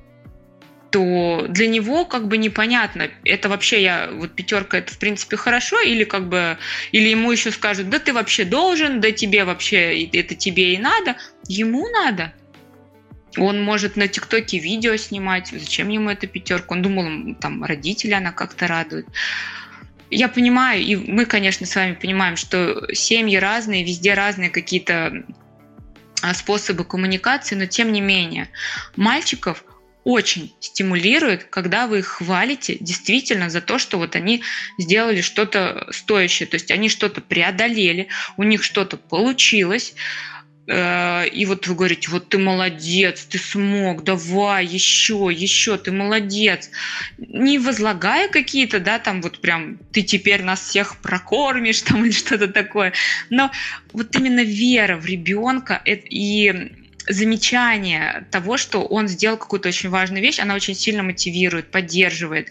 то для него как бы непонятно, это вообще я, вот пятерка, это в принципе хорошо, или как бы, или ему еще скажут, да ты вообще должен, да тебе вообще, это тебе и надо. Ему надо. Он может на ТикТоке видео снимать, зачем ему эта пятерка? Он думал, там, родители она как-то радует. Я понимаю, и мы, конечно, с вами понимаем, что семьи разные, везде разные какие-то способы коммуникации, но тем не менее, мальчиков очень стимулирует, когда вы их хвалите действительно за то, что вот они сделали что-то стоящее, то есть они что-то преодолели, у них что-то получилось, и вот вы говорите, вот ты молодец, ты смог, давай, еще, еще, ты молодец. Не возлагая какие-то, да, там вот прям ты теперь нас всех прокормишь, там или что-то такое, но вот именно вера в ребенка и замечание того, что он сделал какую-то очень важную вещь, она очень сильно мотивирует, поддерживает.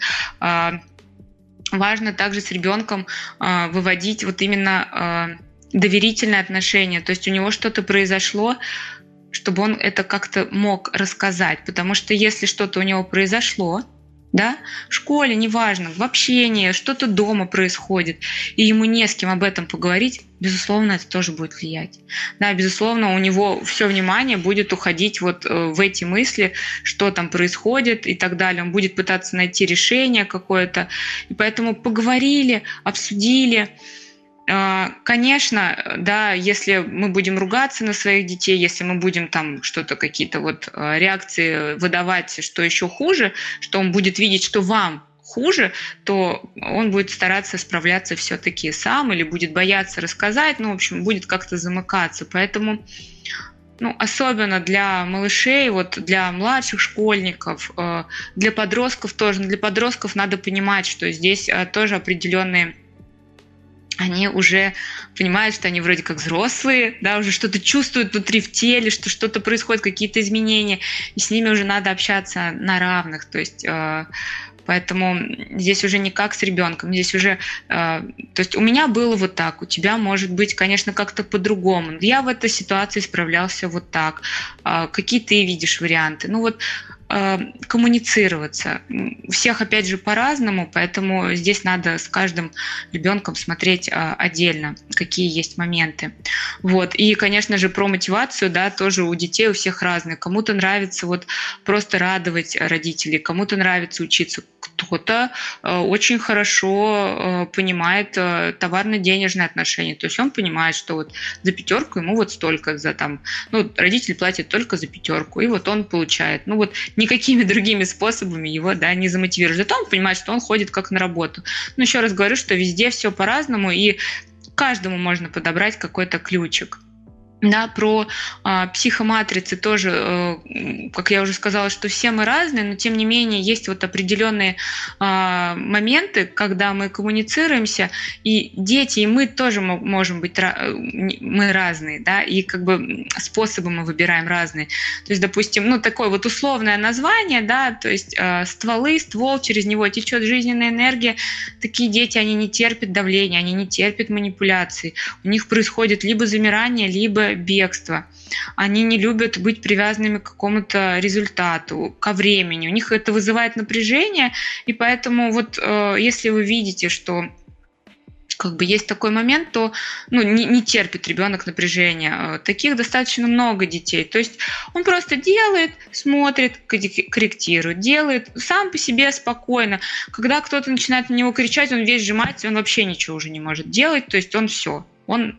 Важно также с ребенком выводить вот именно доверительные отношения, то есть у него что-то произошло, чтобы он это как-то мог рассказать, потому что если что-то у него произошло, да, в школе, неважно, в общении, что-то дома происходит, и ему не с кем об этом поговорить, безусловно, это тоже будет влиять. Да, безусловно, у него все внимание будет уходить вот в эти мысли, что там происходит и так далее. Он будет пытаться найти решение какое-то. И поэтому поговорили, обсудили. Конечно, да, если мы будем ругаться на своих детей, если мы будем там что-то, какие-то вот реакции выдавать, что еще хуже, что он будет видеть, что вам хуже, то он будет стараться справляться все-таки сам или будет бояться рассказать, ну, в общем, будет как-то замыкаться. Поэтому, ну, особенно для малышей, вот для младших школьников, для подростков тоже, но для подростков надо понимать, что здесь тоже определенные они уже понимают, что они вроде как взрослые, да, уже что-то чувствуют внутри в теле, что что-то происходит, какие-то изменения, и с ними уже надо общаться на равных, то есть э, поэтому здесь уже не как с ребенком, здесь уже, э, то есть у меня было вот так, у тебя может быть, конечно, как-то по-другому, я в этой ситуации справлялся вот так, э, какие ты видишь варианты, ну вот коммуницироваться. У всех, опять же, по-разному, поэтому здесь надо с каждым ребенком смотреть отдельно, какие есть моменты. Вот. И, конечно же, про мотивацию, да, тоже у детей у всех разные. Кому-то нравится вот просто радовать родителей, кому-то нравится учиться, кто-то очень хорошо понимает товарно-денежные отношения. То есть он понимает, что вот за пятерку ему вот столько, за там, ну, родители платят только за пятерку, и вот он получает. Ну вот никакими другими способами его, да, не замотивируешь. Зато он понимает, что он ходит как на работу. Но еще раз говорю, что везде все по-разному, и каждому можно подобрать какой-то ключик. Да, про э, психоматрицы тоже, э, как я уже сказала, что все мы разные, но тем не менее есть вот определенные э, моменты, когда мы коммуницируемся, и дети, и мы тоже можем быть, мы разные, да, и как бы способы мы выбираем разные. То есть, допустим, ну такое вот условное название, да, то есть э, стволы, ствол, через него течет жизненная энергия. Такие дети, они не терпят давления, они не терпят манипуляций. У них происходит либо замирание, либо бегство. Они не любят быть привязанными к какому-то результату, ко времени. У них это вызывает напряжение, и поэтому вот э, если вы видите, что как бы есть такой момент, то ну, не, не терпит ребенок напряжения. Таких достаточно много детей. То есть он просто делает, смотрит, корректирует, делает сам по себе спокойно. Когда кто-то начинает на него кричать, он весь сжимается, он вообще ничего уже не может делать, то есть он все. Он,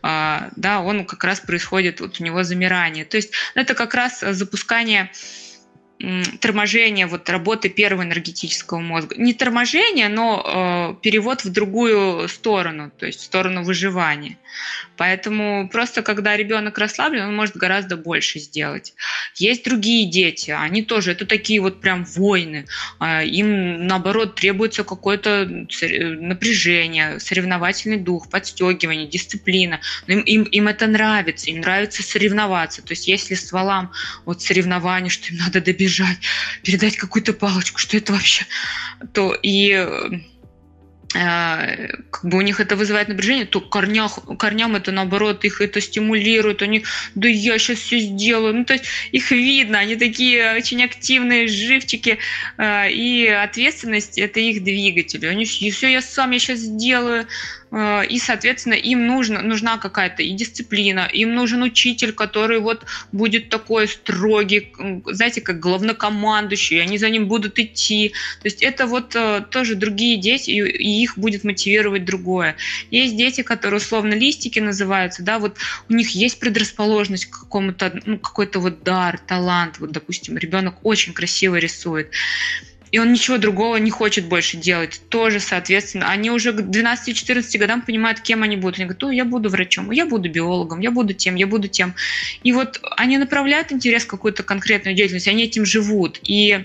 да, он как раз происходит, вот у него замирание. То есть это как раз запускание торможение вот работы первого энергетического мозга. Не торможение, но э, перевод в другую сторону, то есть в сторону выживания. Поэтому просто когда ребенок расслаблен, он может гораздо больше сделать. Есть другие дети, они тоже, это такие вот прям воины. Им, наоборот, требуется какое-то напряжение, соревновательный дух, подстегивание, дисциплина. Им, им, им это нравится, им нравится соревноваться. То есть если стволам вот соревнования, что им надо добежать, передать какую-то палочку, что это вообще, то и как бы у них это вызывает напряжение, то корнях, корням это наоборот, их это стимулирует, они, да я сейчас все сделаю, ну то есть их видно, они такие очень активные живчики, и ответственность это их двигатель, они все, я сам, я сейчас сделаю. И, соответственно, им нужно, нужна какая-то и дисциплина, им нужен учитель, который вот будет такой строгий, знаете, как главнокомандующий, и они за ним будут идти. То есть это вот тоже другие дети, и их будет мотивировать другое. Есть дети, которые условно листики называются, да, вот у них есть предрасположенность к какому-то, ну, какой-то вот дар, талант. Вот, допустим, ребенок очень красиво рисует, и он ничего другого не хочет больше делать. Тоже, соответственно, они уже к двенадцати-четырнадцати годам понимают, кем они будут. Они говорят, ну, я буду врачом, я буду биологом, я буду тем, я буду тем. И вот они направляют интерес в какую-то конкретную деятельность, они этим живут. И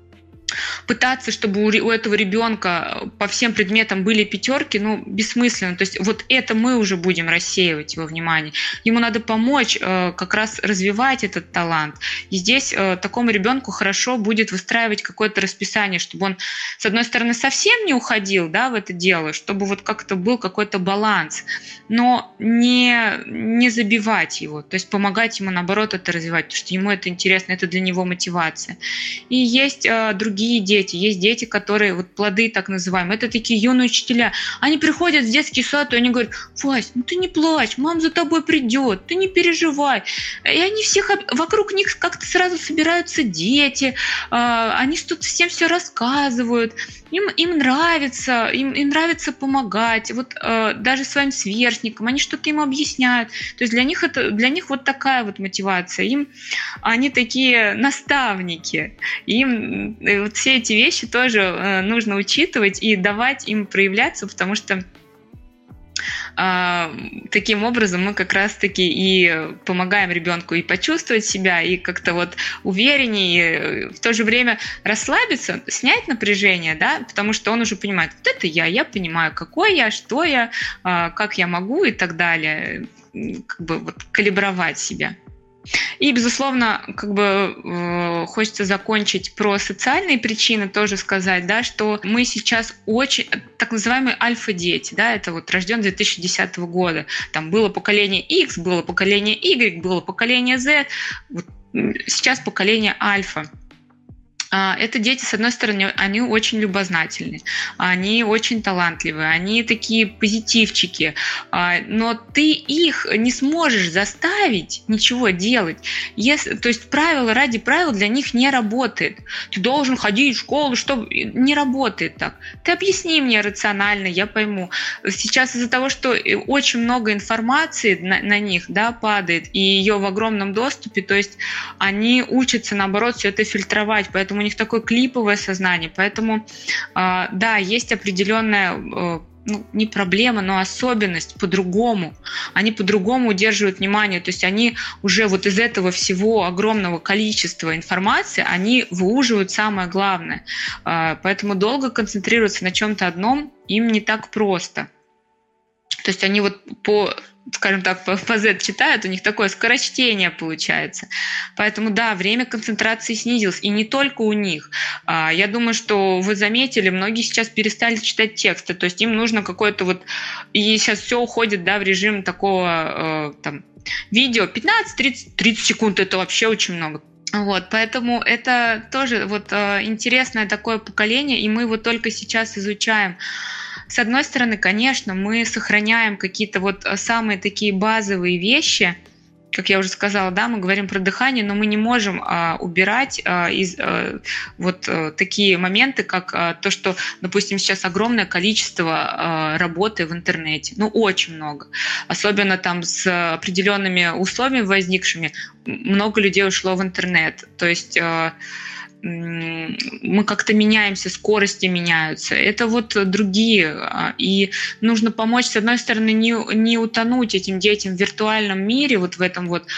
пытаться, чтобы у этого ребенка по всем предметам были пятерки, ну, бессмысленно. То есть вот это мы уже будем рассеивать его внимание. Ему надо помочь э, как раз развивать этот талант. И здесь э, такому ребенку хорошо будет выстраивать какое-то расписание, чтобы он, с одной стороны, совсем не уходил, да, в это дело, чтобы вот как-то был какой-то баланс, но не, не забивать его, то есть помогать ему, наоборот, это развивать, потому что ему это интересно, это для него мотивация. И есть э, другие дети, есть дети, которые, вот плоды так называемые, это такие юные учителя, они приходят в детский сад, и они говорят, Вась, ну ты не плачь, мама за тобой придет, ты не переживай. И они всех, вокруг них как-то сразу собираются дети, они тут всем все рассказывают, им, им нравится, им, им нравится помогать, вот даже своим сверстникам, они что-то им объясняют, то есть для них это, для них вот такая вот мотивация, им, они такие наставники, им вот все эти вещи тоже э, нужно учитывать и давать им проявляться, потому что э, таким образом мы как раз-таки и помогаем ребенку и почувствовать себя, и как-то вот увереннее, и в то же время расслабиться, снять напряжение, да, потому что он уже понимает, вот это я, я понимаю, какой я, что я, э, как я могу и так далее, как бы вот калибровать себя. И, безусловно, как бы э, хочется закончить про социальные причины, тоже сказать, да, что мы сейчас очень, так называемые альфа-дети, да, это вот рожден две тысячи десятого года, там было поколение X, было поколение Y, было поколение Z, вот сейчас поколение альфа. Это дети, с одной стороны, они очень любознательны, они очень талантливые, они такие позитивчики, но ты их не сможешь заставить ничего делать. Если, то есть правило ради правил для них не работает. Ты должен ходить в школу, чтобы... Не работает так. Ты объясни мне рационально, я пойму. Сейчас из-за того, что очень много информации на, на них, да, падает, и ее в огромном доступе, то есть они учатся, наоборот, все это фильтровать, поэтому у них такое клиповое сознание, поэтому, э, да, есть определенная, э, ну, не проблема, но особенность по-другому, они по-другому удерживают внимание, то есть они уже вот из этого всего огромного количества информации, они выуживают самое главное, э, поэтому долго концентрироваться на чем-то одном им не так просто. То есть они вот по, скажем так, по, по Z читают, у них такое скорочтение получается. Поэтому, да, время концентрации снизилось. И не только у них. Я думаю, что вы заметили, многие сейчас перестали читать тексты. То есть им нужно какое-то вот... И сейчас все уходит, да, в режим такого там, видео. пятнадцать-тридцать секунд – это вообще очень много. Вот, поэтому это тоже вот интересное такое поколение, и мы его только сейчас изучаем. С одной стороны, конечно, мы сохраняем какие-то вот самые такие базовые вещи, как я уже сказала, да, мы говорим про дыхание, но мы не можем а, убирать а, из, а, вот а, такие моменты, как а, то, что, допустим, сейчас огромное количество а, работы в интернете, ну, очень много, особенно там с определенными условиями возникшими, много людей ушло в интернет. То есть мы как-то меняемся, скорости меняются. Это вот другие. И нужно помочь, с одной стороны, не, не утонуть этим детям в виртуальном мире, вот в этом вот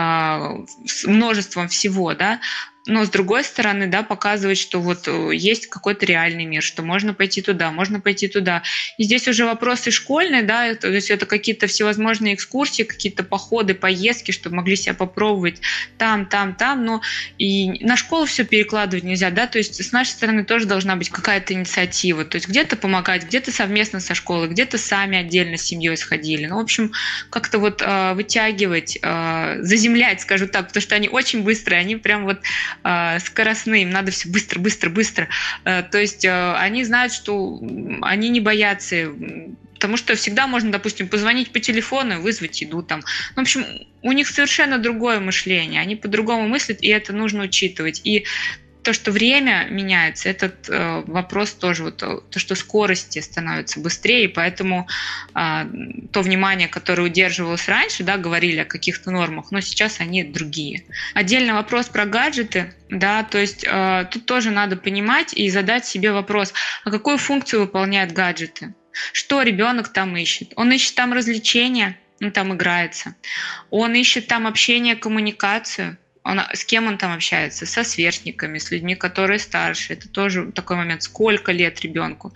с множеством всего, да, но с другой стороны, да, показывать, что вот есть какой-то реальный мир, что можно пойти туда, можно пойти туда. И здесь уже вопросы школьные, да, то есть это какие-то всевозможные экскурсии, какие-то походы, поездки, чтобы могли себя попробовать там, там, там, но и на школу все перекладывать нельзя, да, то есть с нашей стороны тоже должна быть какая-то инициатива, то есть где-то помогать, где-то совместно со школой, где-то сами отдельно с семьей сходили. Ну, в общем, как-то вот э, вытягивать, э, заземлять, скажу так, потому что они очень быстрые, они прям вот скоростные, им надо все быстро, быстро, быстро. То есть они знают, что они не боятся, потому что всегда можно, допустим, позвонить по телефону, вызвать еду там. Ну, в общем, у них совершенно другое мышление, они по-другому мыслят, и это нужно учитывать. И то, что время меняется, этот э, вопрос тоже, вот, то, что скорости становятся быстрее, и поэтому э, то внимание, которое удерживалось раньше, да, говорили о каких-то нормах, но сейчас они другие. Отдельный вопрос про гаджеты, да, то есть э, тут тоже надо понимать и задать себе вопрос, а какую функцию выполняют гаджеты? Что ребенок там ищет? Он ищет там развлечения, он там играется, он ищет там общение, коммуникацию. Он, с кем он там общается? Со сверстниками, с людьми, которые старше. Это тоже такой момент, сколько лет ребенку.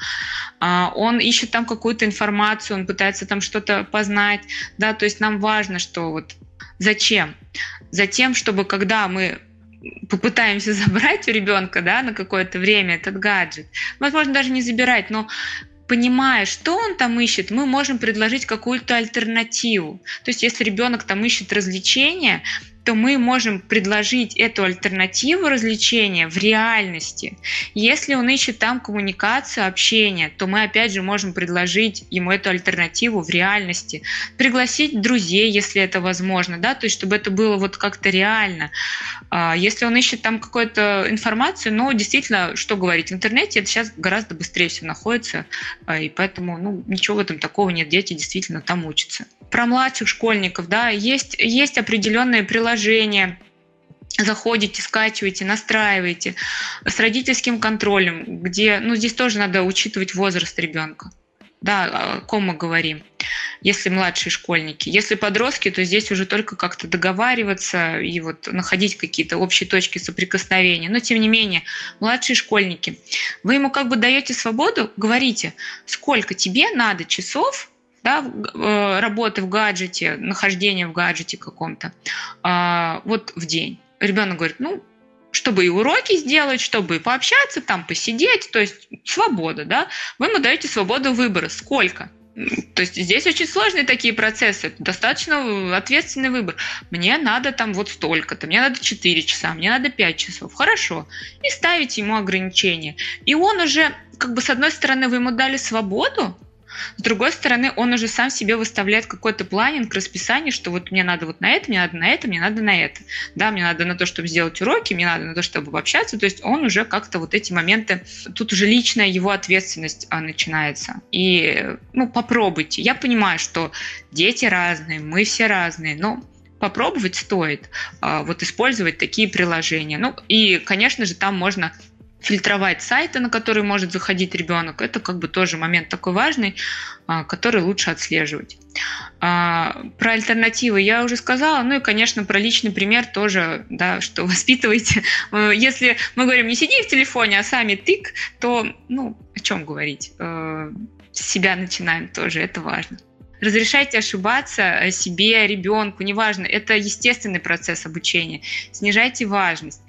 А, он ищет там какую-то информацию, он пытается там что-то познать. Да? То есть нам важно, что вот зачем? Затем, чтобы когда мы попытаемся забрать у ребенка, да, на какое-то время этот гаджет, возможно, даже не забирать, но понимая, что он там ищет, мы можем предложить какую-то альтернативу. То есть если ребенок там ищет развлечения, то мы можем предложить эту альтернативу развлечения в реальности. Если он ищет там коммуникацию, общение, то мы опять же можем предложить ему эту альтернативу в реальности. Пригласить друзей, если это возможно, да, то есть чтобы это было вот как-то реально. Если он ищет там какую-то информацию, ну, действительно, что говорить, в интернете это сейчас гораздо быстрее все находится, и поэтому, ну, ничего в этом такого нет, дети действительно там учатся. Про младших школьников, да, есть, есть определенные приложения, заходите, скачиваете, настраиваете с родительским контролем, где, ну, здесь тоже надо учитывать возраст ребенка, да, о ком мы говорим, если младшие школьники. Если подростки, то здесь уже только как-то договариваться и вот находить какие-то общие точки соприкосновения. Но, тем не менее, младшие школьники, вы ему как бы даете свободу, говорите, сколько тебе надо часов, да, работы в гаджете, нахождения в гаджете каком-то, а, вот в день. Ребенок говорит, ну, чтобы и уроки сделать, чтобы и пообщаться, там, посидеть, то есть свобода, да, вы ему даете свободу выбора. Сколько? То есть здесь очень сложные такие процессы, достаточно ответственный выбор. Мне надо там вот столько-то, мне надо четыре часа, мне надо пять часов. Хорошо. И ставите ему ограничения. И он уже, как бы, с одной стороны, вы ему дали свободу, с другой стороны, он уже сам себе выставляет какой-то планинг, расписание, что вот мне надо вот на это, мне надо на это, мне надо на это. Да, мне надо на то, чтобы сделать уроки, мне надо на то, чтобы общаться. То есть он уже как-то вот эти моменты, тут уже личная его ответственность а, начинается. И, ну, попробуйте. Я понимаю, что дети разные, мы все разные, но попробовать стоит а, вот использовать такие приложения. Ну, и, конечно же, там можно фильтровать сайты, на которые может заходить ребенок. Это как бы тоже момент такой важный, который лучше отслеживать. Про альтернативы я уже сказала. Ну и, конечно, про личный пример тоже, да, что воспитывайте. Если мы говорим, не сиди в телефоне, а сами тык, то, ну, о чем говорить? С себя начинаем тоже, это важно. Разрешайте ошибаться себе, ребенку, неважно. Это естественный процесс обучения. Снижайте важность.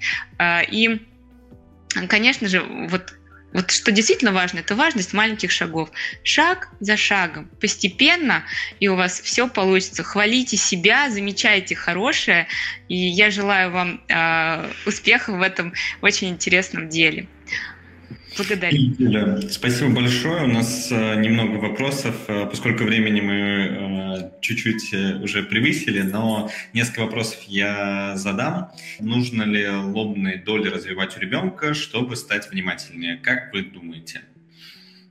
И конечно же, вот, вот что действительно важно, это важность маленьких шагов. Шаг за шагом, постепенно, и у вас все получится. Хвалите себя, замечайте хорошее, и я желаю вам э, успехов в этом очень интересном деле. Благодарю. Юля, спасибо большое. У нас э, немного вопросов, э, поскольку времени мы э, чуть-чуть уже превысили, но несколько вопросов я задам. Нужно ли лобные доли развивать у ребенка, чтобы стать внимательнее? Как вы думаете?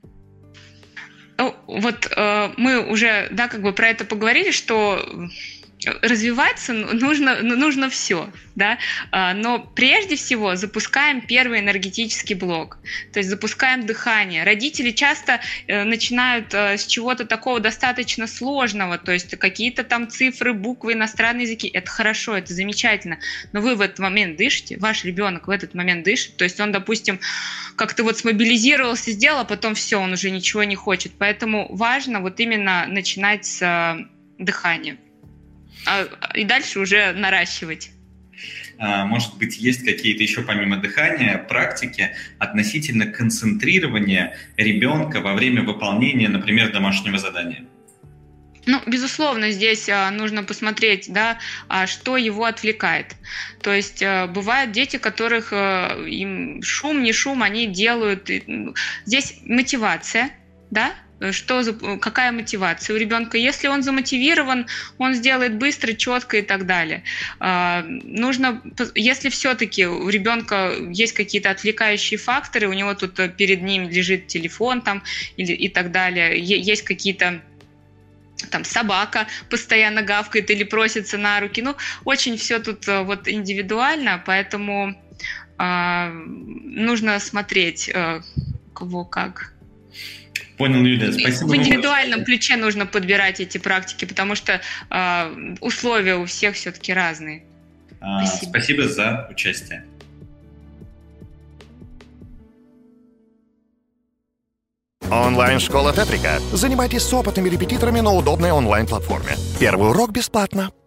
Ну, вот э, мы уже, да, как бы про это поговорили, что развиваться нужно, нужно все, да, но прежде всего запускаем первый энергетический блок, то есть запускаем дыхание. Родители часто начинают с чего-то такого достаточно сложного, то есть какие-то там цифры, буквы, иностранные языки. Это хорошо, это замечательно, но вы в этот момент дышите, ваш ребенок в этот момент дышит, то есть он, допустим, как-то вот смобилизировался, сделал, а потом все, он уже ничего не хочет. Поэтому важно вот именно начинать с дыхания. И дальше уже наращивать. Может быть, есть какие-то еще помимо дыхания практики относительно концентрирования ребенка во время выполнения, например, домашнего задания? Ну, безусловно, здесь нужно посмотреть, да, что его отвлекает. То есть бывают дети, которых им шум, не шум, они делают. Здесь мотивация, да, что, какая мотивация у ребенка. Если он замотивирован, он сделает быстро, четко и так далее. Нужно, если все-таки у ребенка есть какие-то отвлекающие факторы, у него тут перед ним лежит телефон там, или, и так далее, есть какие-то там собака постоянно гавкает или просится на руки. Ну, очень все тут вот индивидуально, поэтому э, нужно смотреть, э, кого как. Понял, Юлия, спасибо. В индивидуальном ключе нужно подбирать эти практики, потому что э, условия у всех все-таки разные. А, спасибо. Спасибо за участие. Онлайн-школа Тетрика. Занимайтесь с опытными репетиторами на удобной онлайн-платформе. Первый урок бесплатно.